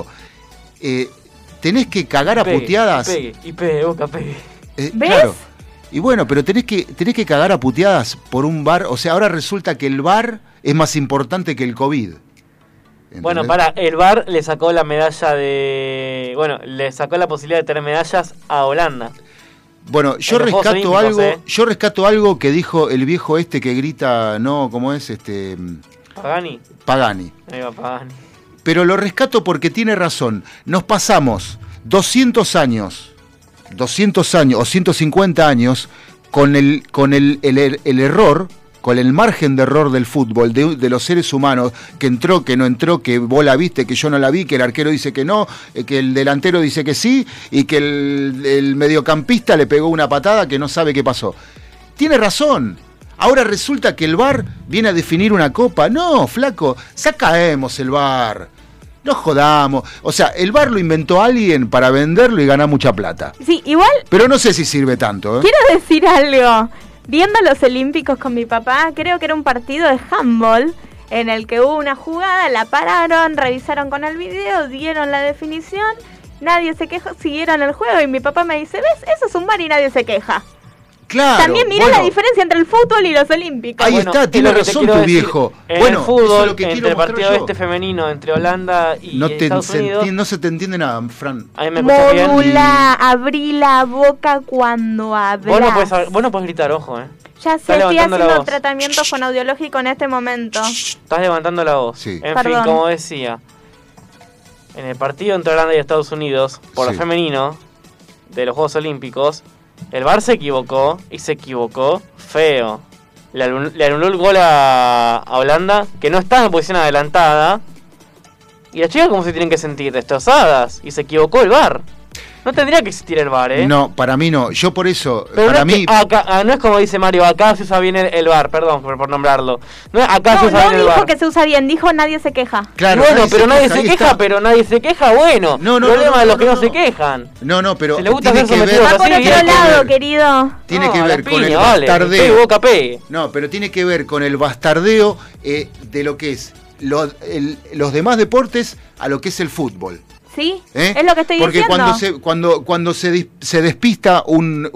tenés que cagar a puteadas. Y pegue, Boca pegue. ¿Ves? Claro. Y bueno, pero tenés que cagar a puteadas por un VAR. O sea, ahora resulta que el VAR es más importante que el COVID. ¿Entendés? Bueno, el VAR le sacó la medalla de... Bueno, le sacó la posibilidad de tener medallas a Holanda. Bueno, yo En los Juegos rescato Olímpicos, algo, yo rescato algo que dijo el viejo que grita, no, ¿cómo es? Pagani. Pagani. Ahí va Pagani. Pero lo rescato porque tiene razón. Nos pasamos 200 años o 150 años con el error, con el margen de error del fútbol, de los seres humanos, que entró, que no entró, que vos la viste, que yo no la vi, que el arquero dice que no, que el delantero dice que sí, y que el mediocampista le pegó una patada que no sabe qué pasó. Tiene razón. Ahora resulta que el VAR viene a definir una copa. No, flaco, sacaemos el VAR. No jodamos. O sea, el VAR lo inventó alguien para venderlo y ganar mucha plata. Sí, igual Pero no sé si sirve tanto, ¿eh? quiero decir algo. Viendo los Olímpicos con mi papá, creo que era un partido de handball en el que hubo una jugada, la pararon, revisaron con el video, dieron la definición, nadie se quejó, siguieron el juego y mi papá me dice, ¿ves? Eso es un VAR y nadie se queja. Claro. También mirá la diferencia entre el fútbol y los Olímpicos. Ahí está, tiene razón tu viejo. En Bueno, el eso es fútbol, lo que entre quiero el partido mostrar yo. femenino entre Holanda y Estados Unidos... No se te entiende nada, Fran. A mí me escucha bien. Modula, abrí la boca cuando hablas. Vos no podés gritar, ojo, Ya sé, Estás estoy levantando la haciendo voz. tratamiento fonoaudiológico en este momento. Estás levantando la voz. Sí. En Perdón. fin, como decía, en el partido entre Holanda y Estados Unidos, por Sí. lo femenino, de los Juegos Olímpicos, el VAR se equivocó, y se equivocó feo. Le anuló el gol a Holanda, que no estaba en posición adelantada, y las chicas, ¿cómo se tienen que sentir? Destrozadas, y se equivocó el VAR. No tendría que existir el VAR, ¿eh? No, para mí no. Yo por eso, Pero para no, es mí... que acá, no es como dice Mario, acá se usa bien el VAR, perdón por nombrarlo. No, acá se No, usa no bien el dijo VAR. que se usa bien, dijo nadie se queja. Claro, bueno, pero nadie ahí se queja, está. pero nadie se queja, bueno. Problema de los que no se quejan. No, pero Si le gusta tiene ser que ver... sometido Va por así, otro bien. lado, querido. Tiene No, que a ver la con el piña, vale, bastardeo. pegue, Boca, pegue. No, pero tiene que ver con el bastardeo de lo que es los demás deportes a lo que es el fútbol. ¿Sí? ¿Eh? Es lo que estoy Porque diciendo. cuando se despista un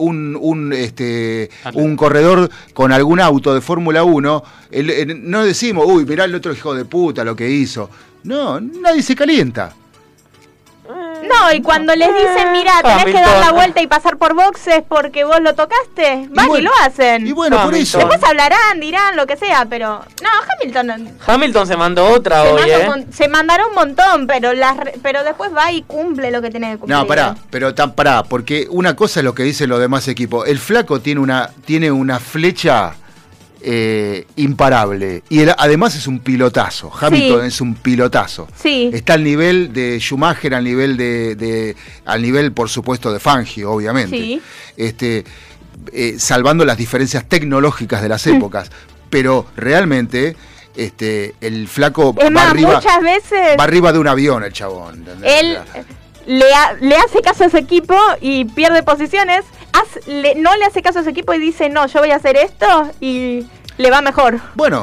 corredor con algún auto de Fórmula 1, no decimos, uy, mirá el otro hijo de puta lo que hizo. No, nadie se calienta. No, y cuando les dicen, mira, tenés que dar la vuelta y pasar por boxes porque vos lo tocaste, van y bueno, lo hacen. y bueno, por eso. Después hablarán, dirán, lo que sea, pero... No, Hamilton... Hamilton se mandó otra hoy, Se mandaron un montón, pero después va y cumple lo que tiene que cumplir. No, pará, porque una cosa es lo que dicen los demás equipos. El flaco tiene una flecha imparable. Y además es un pilotazo. Hamilton es un pilotazo. Sí. Está al nivel de Schumacher, al nivel al nivel, por supuesto, de Fangio, obviamente. Sí. Salvando las diferencias tecnológicas de las épocas. Pero realmente, el flaco Es más, muchas veces va arriba de un avión el chabón. ¿entendés? él le hace caso a su equipo y pierde posiciones. No le hace caso a su equipo y dice, no, yo voy a hacer esto y le va mejor. Bueno,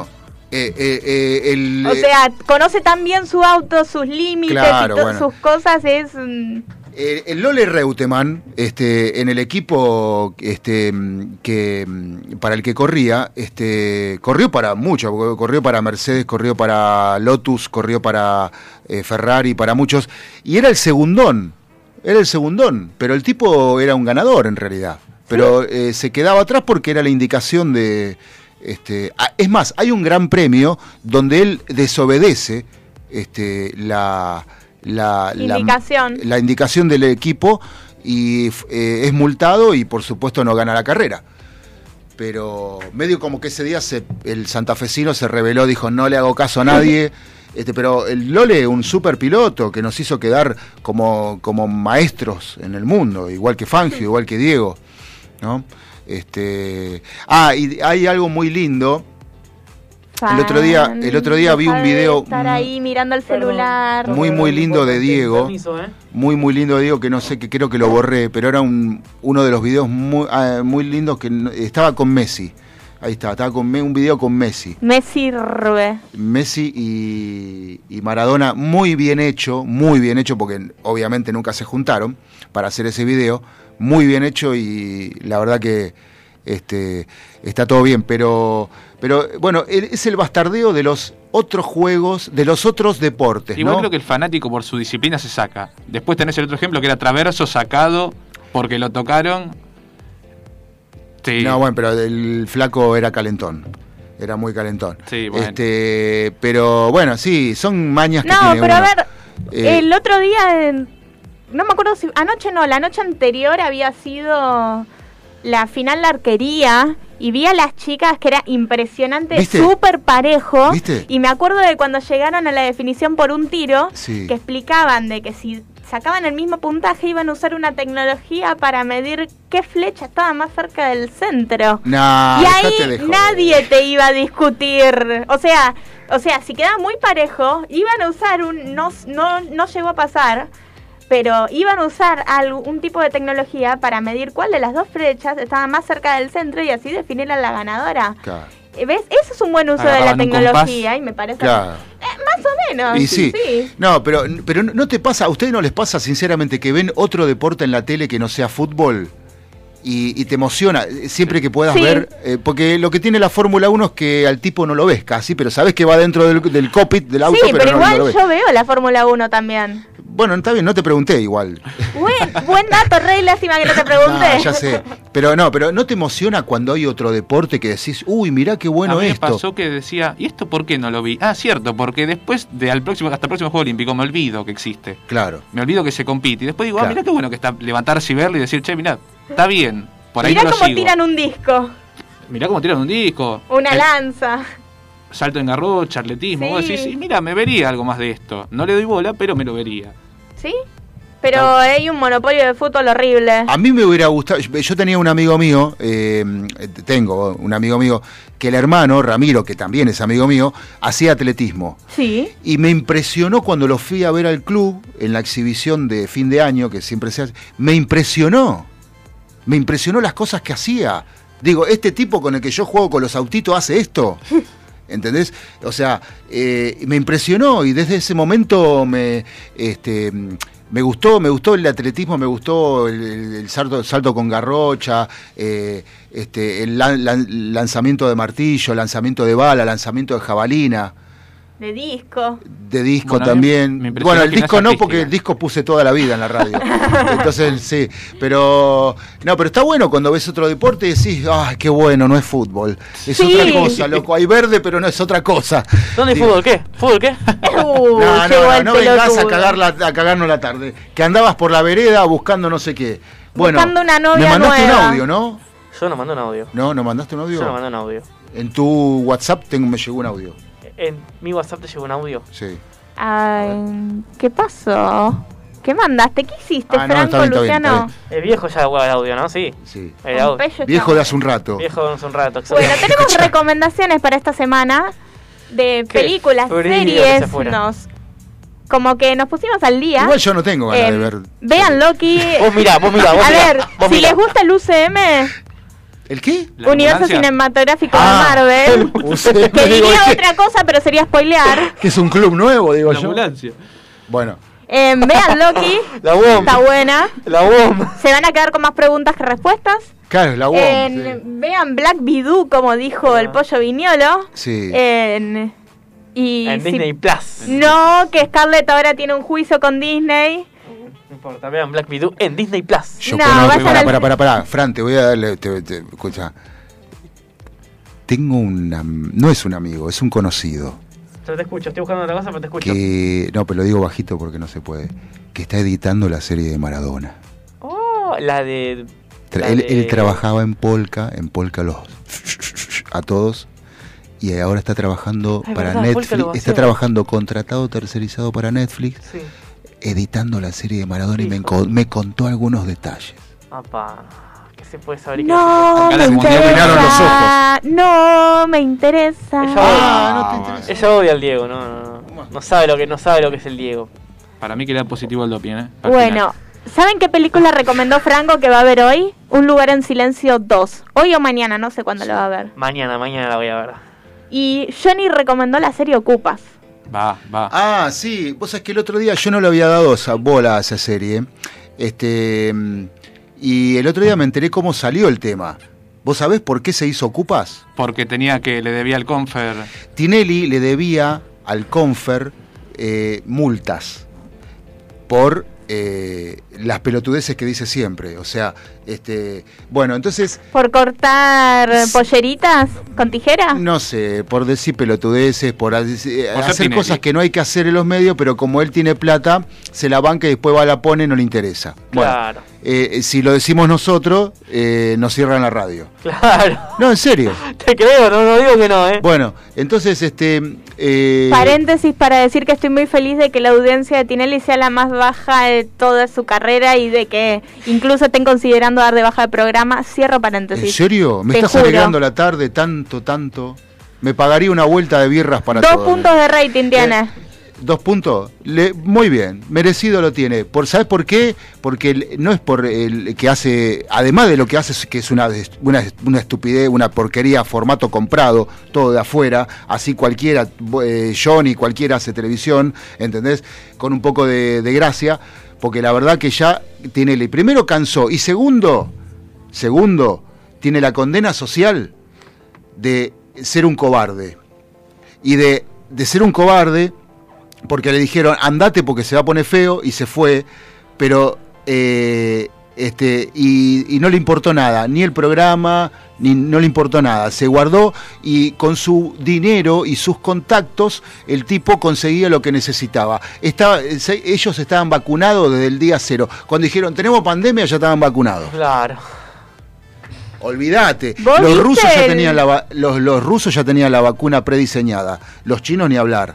O sea, conoce tan bien su auto, sus límites Claro, y bueno. sus cosas, es... El Lole Reutemann, en el equipo que para el que corría, corrió para mucho, corrió para Mercedes, corrió para Lotus, corrió para Ferrari, para muchos, y era el segundón, pero el tipo era un ganador en realidad, pero se quedaba atrás porque era la indicación de... es más, hay un gran premio donde él desobedece la indicación del equipo y es multado y por supuesto no gana la carrera. Pero medio como que ese día el santafesino se rebeló, dijo no le hago caso a nadie. Pero el Lole, un super piloto que nos hizo quedar como maestros en el mundo, igual que Fangio, igual que Diego, ¿no? Y hay algo muy lindo. El otro día vi un video estar ahí mirando el celular. muy lindo de Diego. Muy lindo de Diego, que no sé, que creo que lo borré, pero era uno de los videos muy lindos que estaba con Messi. Ahí estaba con un video con Messi. Messi y Maradona, muy bien hecho, porque obviamente nunca se juntaron para hacer ese video. Muy bien hecho y la verdad que está todo bien, pero bueno, es el bastardeo de los otros juegos, de los otros deportes, Igual ¿no? creo que el fanático por su disciplina se saca. Después tenés el otro ejemplo que era Traverso sacado porque lo tocaron. Sí. No, bueno, pero el flaco era calentón. Era muy calentón. Sí, bueno. Pero bueno, sí, son mañas que No, tiene pero uno. a ver, el otro día, no me acuerdo si la noche anterior había sido la final de arquería y vi a las chicas que era impresionante, ¿Viste? súper parejo. ¿Viste? Y me acuerdo de cuando llegaron a la definición por un tiro, Sí. que explicaban de que si sacaban el mismo puntaje iban a usar una tecnología para medir qué flecha estaba más cerca del centro. Nah, y dejate ahí de joder. nadie te iba a discutir. O sea, si quedaba muy parejo, iban a usar no llegó a pasar, pero iban a usar un tipo de tecnología para medir cuál de las dos flechas estaba más cerca del centro y así definir a la ganadora. Claro. ¿Ves? Eso es un buen uso de la Agarraban un tecnología compás. y me parece... Claro. Más o menos. Y sí. No, pero no te pasa, ¿a ustedes no les pasa sinceramente que ven otro deporte en la tele que no sea fútbol? Y te emociona siempre que puedas Sí. ver, porque lo que tiene la Fórmula 1 es que al tipo no lo ves casi, pero sabes que va dentro del cockpit del auto, Sí, pero no igual lo ves. yo veo la Fórmula 1 también. Bueno, está bien, no te pregunté igual. Buen dato, Rey, lástima que no te pregunté. Ah, ya sé. Pero no te emociona cuando hay otro deporte que decís, uy, mirá qué bueno a mí esto. me pasó que decía, ¿y esto por qué no lo vi? Ah, cierto, porque después hasta el próximo Juego Olímpico me olvido que existe. Claro. Me olvido que se compite. Y después digo, Claro. mirá qué bueno que está levantarse y verlo y decir, che, mirá, está bien. Por ahí Mirá no lo cómo sigo. tiran un disco, Mirá cómo tiran un disco. una El lanza. Salto en garrocha, atletismo. Sí. Vos decís, sí, mira, me vería algo más de esto. No le doy bola, pero me lo vería. ¿Sí? Pero hay un monopolio de fútbol horrible. A mí me hubiera gustado, yo tenía un amigo mío, tengo un amigo mío, que el hermano, Ramiro, que también es amigo mío, hacía atletismo. Sí. Y me impresionó cuando lo fui a ver al club, en la exhibición de fin de año, que siempre se hace, me impresionó las cosas que hacía. Digo, este tipo con el que yo juego con los autitos hace esto. ¿Entendés? O sea, me impresionó y desde ese momento me gustó el atletismo, me gustó el salto con garrocha, el lanzamiento de martillo, lanzamiento de bala, lanzamiento de jabalina. De disco. De disco Bueno, también. me impresionó Bueno, el la disco no, gimnasia porque el disco puse toda la vida en la radio. Entonces, sí. Pero está bueno cuando ves otro deporte y decís, ¡ay, qué bueno! No es fútbol. Es Sí. otra cosa, loco. Hay verde, pero no es otra cosa. ¿Dónde hay Digo, fútbol? ¿Qué? ¿Fútbol qué? No vengas a cagarnos la tarde. Que andabas por la vereda buscando no sé qué. Bueno, Buscando una novia me mandaste nueva. un audio, ¿no? Yo no mandé un audio. No mandaste un audio. Yo no mandé un audio. En tu WhatsApp me llegó un audio. En mi WhatsApp te llegó un audio. Sí. Ay, ¿qué pasó? ¿Qué mandaste? ¿Qué hiciste, Ah, no, Franco, está bien, está bien, Luciano? está bien. El viejo ya guarda el audio, ¿no? Sí. Sí. El audio. Pompeyo Viejo de hace un rato. Viejo de hace un rato. Bueno, exactamente. tenemos recomendaciones para esta semana de Qué películas, frío que se series. fuera. Como que nos pusimos al día. Igual yo no tengo ganas de ver. Vean Loki. Vos mirá. A ver, si les gusta el UCM, ¿El qué? Universo cinematográfico de Marvel. Que diría otra cosa, pero sería spoilear. Que es un club nuevo, digo La yo. ambulancia. Bueno. Vean Loki. La WOM. Está buena. La WOM. Se van a quedar con más preguntas que respuestas. Claro, la WOM. Sí. Vean Black Widow, como dijo el Pollo Viñolo. Sí. En Disney Plus. No, que Scarlett ahora tiene un juicio con Disney. No importa, vean Black Widow en Disney Plus. Yo conozco. Pará. Fran, te voy a darle. Escucha. Tengo no es un amigo, es un conocido. Yo te escucho, estoy buscando otra cosa, pero te escucho. No, pero lo digo bajito porque no se puede. Que está editando la serie de Maradona. Oh, la de. Él trabajaba en Polka los a todos. Y ahora está trabajando para Netflix. Está trabajando contratado tercerizado para Netflix. Sí. Editando la serie de Maradona y me contó algunos detalles. Apa, ¿qué se puede saber? No, me interesa. No, me interesa. Ella odia al Diego, no sabe lo que es el Diego. Para mí que le da positivo al doping, Bueno, ¿saben qué película recomendó Franco que va a ver hoy? Un lugar en silencio 2. Hoy o mañana, no sé cuándo lo va a ver. Mañana la voy a ver. Y Johnny recomendó la serie Ocupas. Va. Ah, sí. Vos sabés que el otro día yo no le había dado esa bola a esa serie. Y el otro día me enteré cómo salió el tema. ¿Vos sabés por qué se hizo Ocupas? Porque le debía al Confer. Tinelli le debía al Confer multas por las pelotudeces que dice siempre. O sea, bueno, entonces... ¿Por cortar polleritas con tijera? No sé, por decir pelotudeces, por hacer cosas que no hay que hacer en los medios, pero como él tiene plata, se la banca y después va a la pone y no le interesa. Claro. Bueno, si lo decimos nosotros, nos cierran la radio. Claro. No, en serio. Te creo, no digo que no, Bueno, entonces, paréntesis para decir que estoy muy feliz de que la audiencia de Tinelli sea la más baja de toda su carrera y de que incluso estén considerando dar de baja de programa. Cierro paréntesis. ¿En serio? ¿Me estás juro. alegrando la tarde tanto? Me pagaría una vuelta de birras para 2 todo. puntos de rating tiene. 2 puntos. Muy bien, merecido lo tiene. ¿Sabes por qué? Porque no es por el que hace, además de lo que hace, que es una estupidez, una porquería, formato comprado, todo de afuera, así cualquiera, Johnny, cualquiera hace televisión, ¿entendés? Con un poco de gracia, porque la verdad que ya tiene, primero cansó, y segundo, tiene la condena social de ser un cobarde. Y de ser un cobarde, porque le dijeron, andate porque se va a poner feo, y se fue, pero y no le importó nada, ni el programa, no le importó nada, se guardó y con su dinero y sus contactos el tipo conseguía lo que necesitaba. Ellos estaban vacunados desde el día 0, cuando dijeron tenemos pandemia ya estaban vacunados. Claro. Olvídate, los rusos ya tenían los rusos ya tenían la vacuna prediseñada, los chinos ni hablar.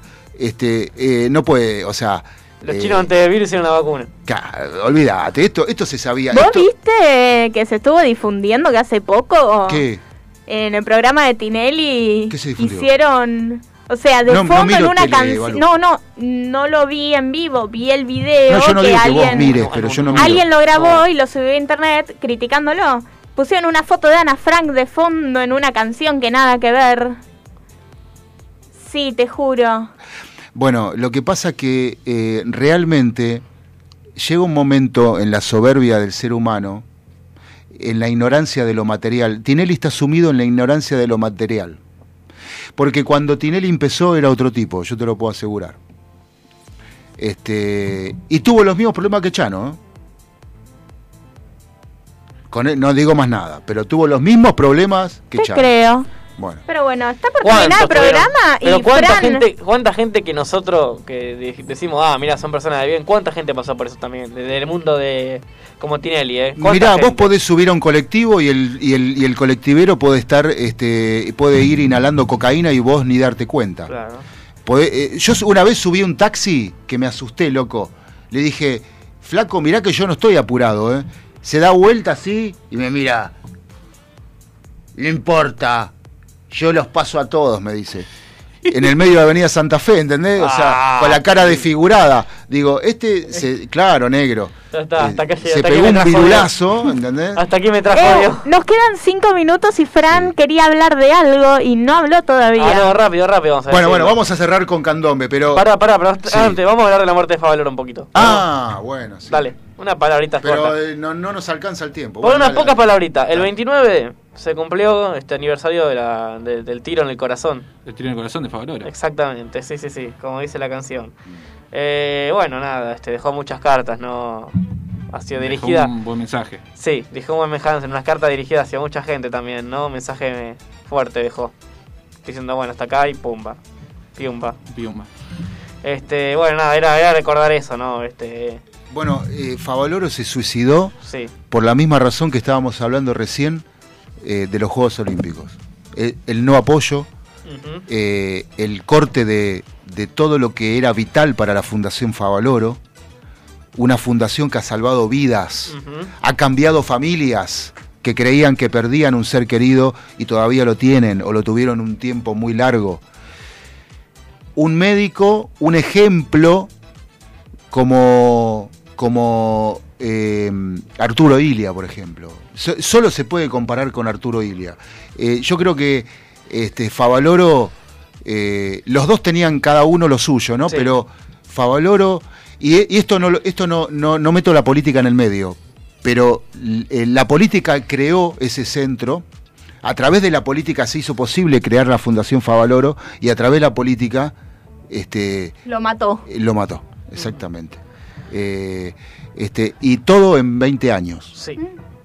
No puede, o sea... Los chinos antes del virus hicieron la vacuna. Olvídate, esto se sabía. ¿Vos viste que se estuvo difundiendo que hace poco? ¿Qué? En el programa de Tinelli. ¿Qué se difundió? Hicieron... O sea, de fondo en una canción... No lo vi en vivo, vi el video. No, yo no digo que vos mires, pero yo no miro. Alguien lo grabó y lo subió a internet criticándolo. Pusieron una foto de Ana Frank de fondo en una canción que nada que ver. Sí, te juro. Bueno, lo que pasa que realmente llega un momento en la soberbia del ser humano, en la ignorancia de lo material. Tinelli está sumido en la ignorancia de lo material. Porque cuando Tinelli empezó era otro tipo, yo te lo puedo asegurar. Y tuvo los mismos problemas que Chano, ¿eh? Con él, no digo más nada, pero tuvo los mismos problemas que Chano. Creo. Bueno. Pero bueno, está por terminar el programa y ¿cuánta gente que nosotros que decimos, mira, son personas de bien, cuánta gente pasó por eso también, desde el mundo de como Tinelli, Mirá, vos podés subir a un colectivo y el colectivero puede estar, puede ir inhalando cocaína y vos ni darte cuenta. Claro. Yo una vez subí un taxi que me asusté, loco. Le dije, flaco, mirá que yo no estoy apurado, Se da vuelta así y me mira. No importa. Yo los paso a todos, me dice. En el medio de Avenida Santa Fe, ¿entendés? O sea, con la cara desfigurada. Digo, claro, negro. Ya está, hasta acá se pegó un virulazo, ¿entendés? Hasta aquí me trajo Dios. Nos quedan 5 minutos y Fran quería hablar de algo y no habló todavía. No, rápido, vamos a ver. Bueno, vamos a cerrar con Candombe, pero... Pará, pero antes, vamos a hablar de la muerte de Favaloro un poquito. Bueno, sí. Dale, una palabrita pero corta. no nos alcanza el tiempo. Por unas pocas palabritas. palabritas. El 29 se cumplió este aniversario del tiro en el corazón. El tiro en el corazón de Favaloro. Exactamente, sí, como dice la canción. Bueno, nada, dejó muchas cartas, ¿no? Ha sido dirigida. Dejó un buen mensaje. Sí, dejó un buen mensaje en unas cartas dirigidas hacia mucha gente también, ¿no? Un mensaje fuerte dejó. Diciendo, bueno, hasta acá y pumba. Piumba. Bueno, nada, era recordar eso, ¿no? Bueno, Favaloro se suicidó sí. por la misma razón que estábamos hablando recién de los Juegos Olímpicos. El no apoyo, el corte de todo lo que era vital para la Fundación Favaloro, una fundación que ha salvado vidas, ha cambiado familias que creían que perdían un ser querido y todavía lo tienen o lo tuvieron un tiempo muy largo. Un médico, un ejemplo como Arturo Illia, por ejemplo. Solo se puede comparar con Arturo Illia. Yo creo que Favaloro, los dos tenían cada uno lo suyo, ¿no? Sí. Pero Favaloro, y esto no meto la política en el medio, pero la política creó ese centro. A través de la política se hizo posible crear la Fundación Favaloro y a través de la política lo mató. Lo mató, exactamente. Y todo en 20 años. Sí.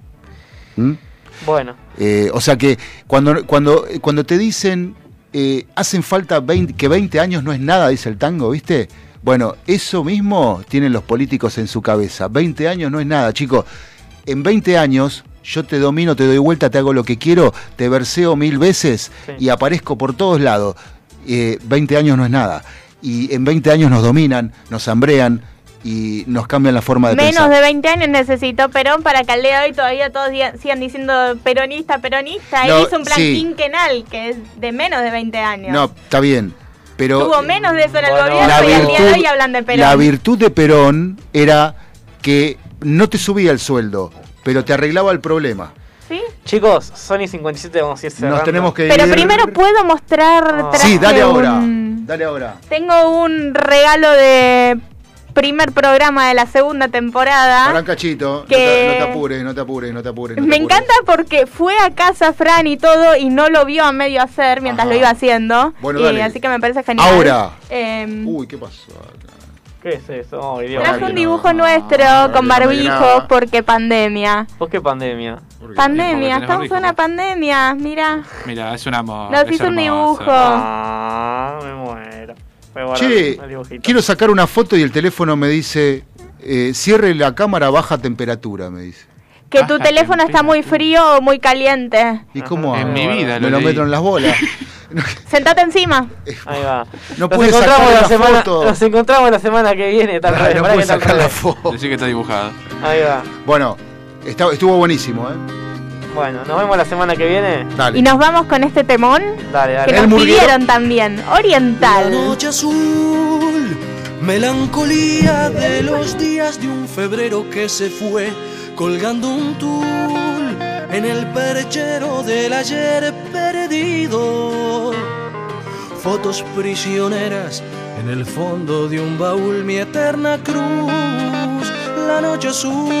Bueno. O sea que cuando te dicen hacen falta 20 años no es nada, dice el tango, ¿viste? Bueno, eso mismo tienen los políticos en su cabeza. 20 años no es nada, chicos. En 20 años yo te domino, te doy vuelta, te hago lo que quiero, te verseo 1000 veces y aparezco por todos lados. 20 años no es nada. Y en 20 años nos dominan, nos hambrean y nos cambian la forma de pensar. Menos de 20 años necesitó Perón para que al día de hoy todavía todos sigan diciendo peronista. No, Él hizo un plan quinquenal que es de menos de 20 años. No, está bien. Pero tuvo menos de eso en el gobierno y al día de hoy hablan de Perón. La virtud de Perón era que no te subía el sueldo, pero te arreglaba el problema. ¿Sí? Chicos, Sony 57 vamos a ir cerrando. Nos tenemos que Pero ir. primero puedo mostrar... Sí, dale ahora. Dale ahora. Tengo un regalo de primer programa de la segunda temporada. Para un cachito, que... no te apures. Me encanta porque fue a casa Fran y todo y no lo vio a medio hacer mientras lo iba haciendo. Bueno, dale. Así que me parece genial. Ahora. Uy, ¿qué pasó acá? ¿Qué es eso? Traje un dibujo nuestro con barbijos porque pandemia. ¿Por qué pandemia? Pandemia, estamos en una pandemia, mira. Mira, es un amor. Nos hizo un dibujo. Me muero. Che, quiero sacar una foto y el teléfono me dice, cierre la cámara a baja temperatura, me dice. Que tu teléfono está muy frío o muy caliente. ¿Y cómo hago? En mi vida me lo meto en las bolas. Sentate encima. Ahí va. No puedes sacar la foto. Nos encontramos la semana que viene. Tal vez. No puedes sacar la foto. Decí que está dibujado. Ahí va. Bueno, estuvo buenísimo, ¿eh? Bueno, nos vemos la semana que viene. Dale. Y nos vamos con este temón. Dale. Que nos pidieron también. Oriental. La noche azul, melancolía de los días de un febrero que se fue, colgando un tul en el perchero del ayer perdido. Fotos prisioneras en el fondo de un baúl, mi eterna cruz, la noche azul.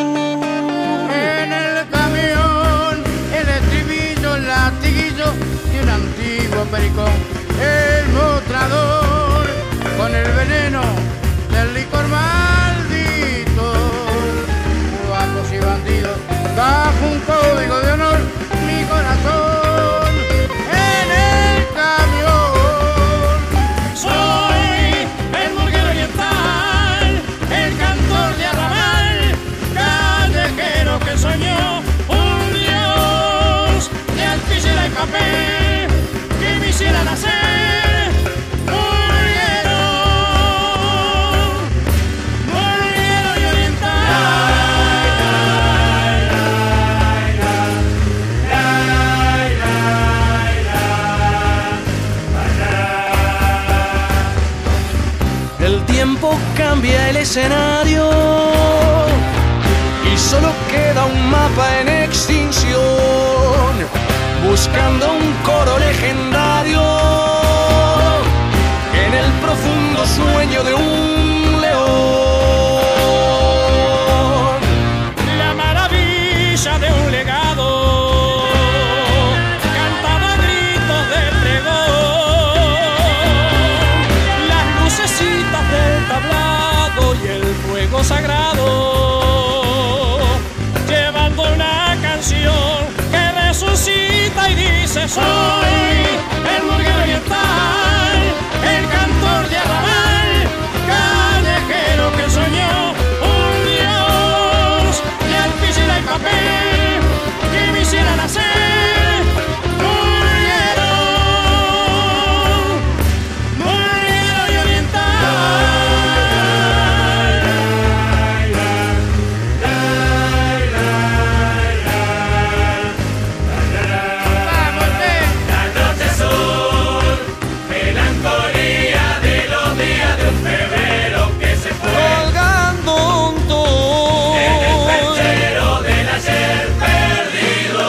En el camión, el estribillo, el latiguillo y un antiguo pericón, el mostrador con el veneno del licor maldito. Guapos y bandidos, bajo un código de honor, mi corazón en el camión. Soy el murguero oriental, el cantor de arrabal, callejero que soñó un dios de alpicera y papel que me hiciera nacer murguero. cambia el escenario y solo queda un mapa en extinción, buscando un coro legendario en el profundo sueño de un león. La maravilla de un legado cantaba gritos de pregón, las lucecitas del tablado y el fuego sagrado, llevando una canción que resucita y dice: soy el murguero oriental, el cantor de arrabal, callejero que soñó un dios de arpillera y papel que me hiciera nacer murguero, murguero y oriental. La noche azul, melancolía de los días de un febrero que se fue, colgando un tul en el perchero del ayer perdido,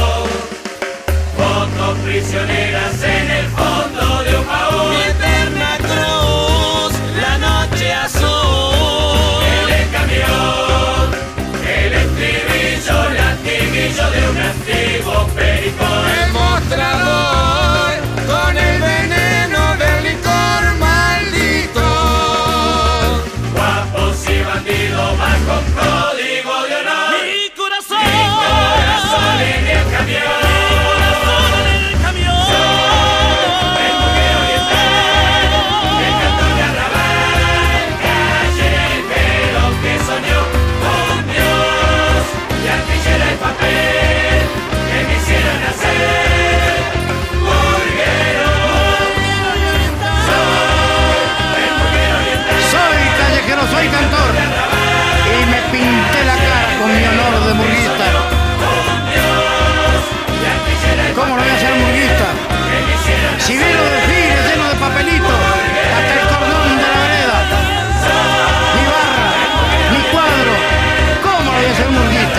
fotos prisioneras en el fondo de un baúl, mi eterna cruz, la noche azul. en el camión, el estribillo, latiguillo de un antiguo pericón, El mostrador con el veneno del licor maldito. guapos y bandidos van con código de honor. Mi corazón, Mi corazón en el camión, en el camión, el murguero oriental, el cantor de arrabal, callejero que soñó un dios de arpillera y papel que me hiciera nacer murguero. Soy el murguero oriental, Soy callejero, soy cantor, y me pinté la cara con mi honor de murguista. ¿Cómo no voy a ser murguista? Si vi los desfiles llenos de papelitos, hasta el cordón de la vereda, mi barra, mi cuadro, ¿cómo no voy a ser murguista?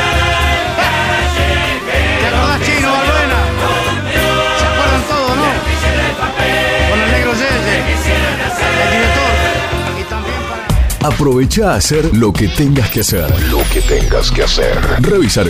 ¿Te acordás, Chino, Balbuena? ¿Se acuerdan todos, no? Con el negro Yeye, el director, y también para... Aprovecha a hacer lo que tengas que hacer. Revisar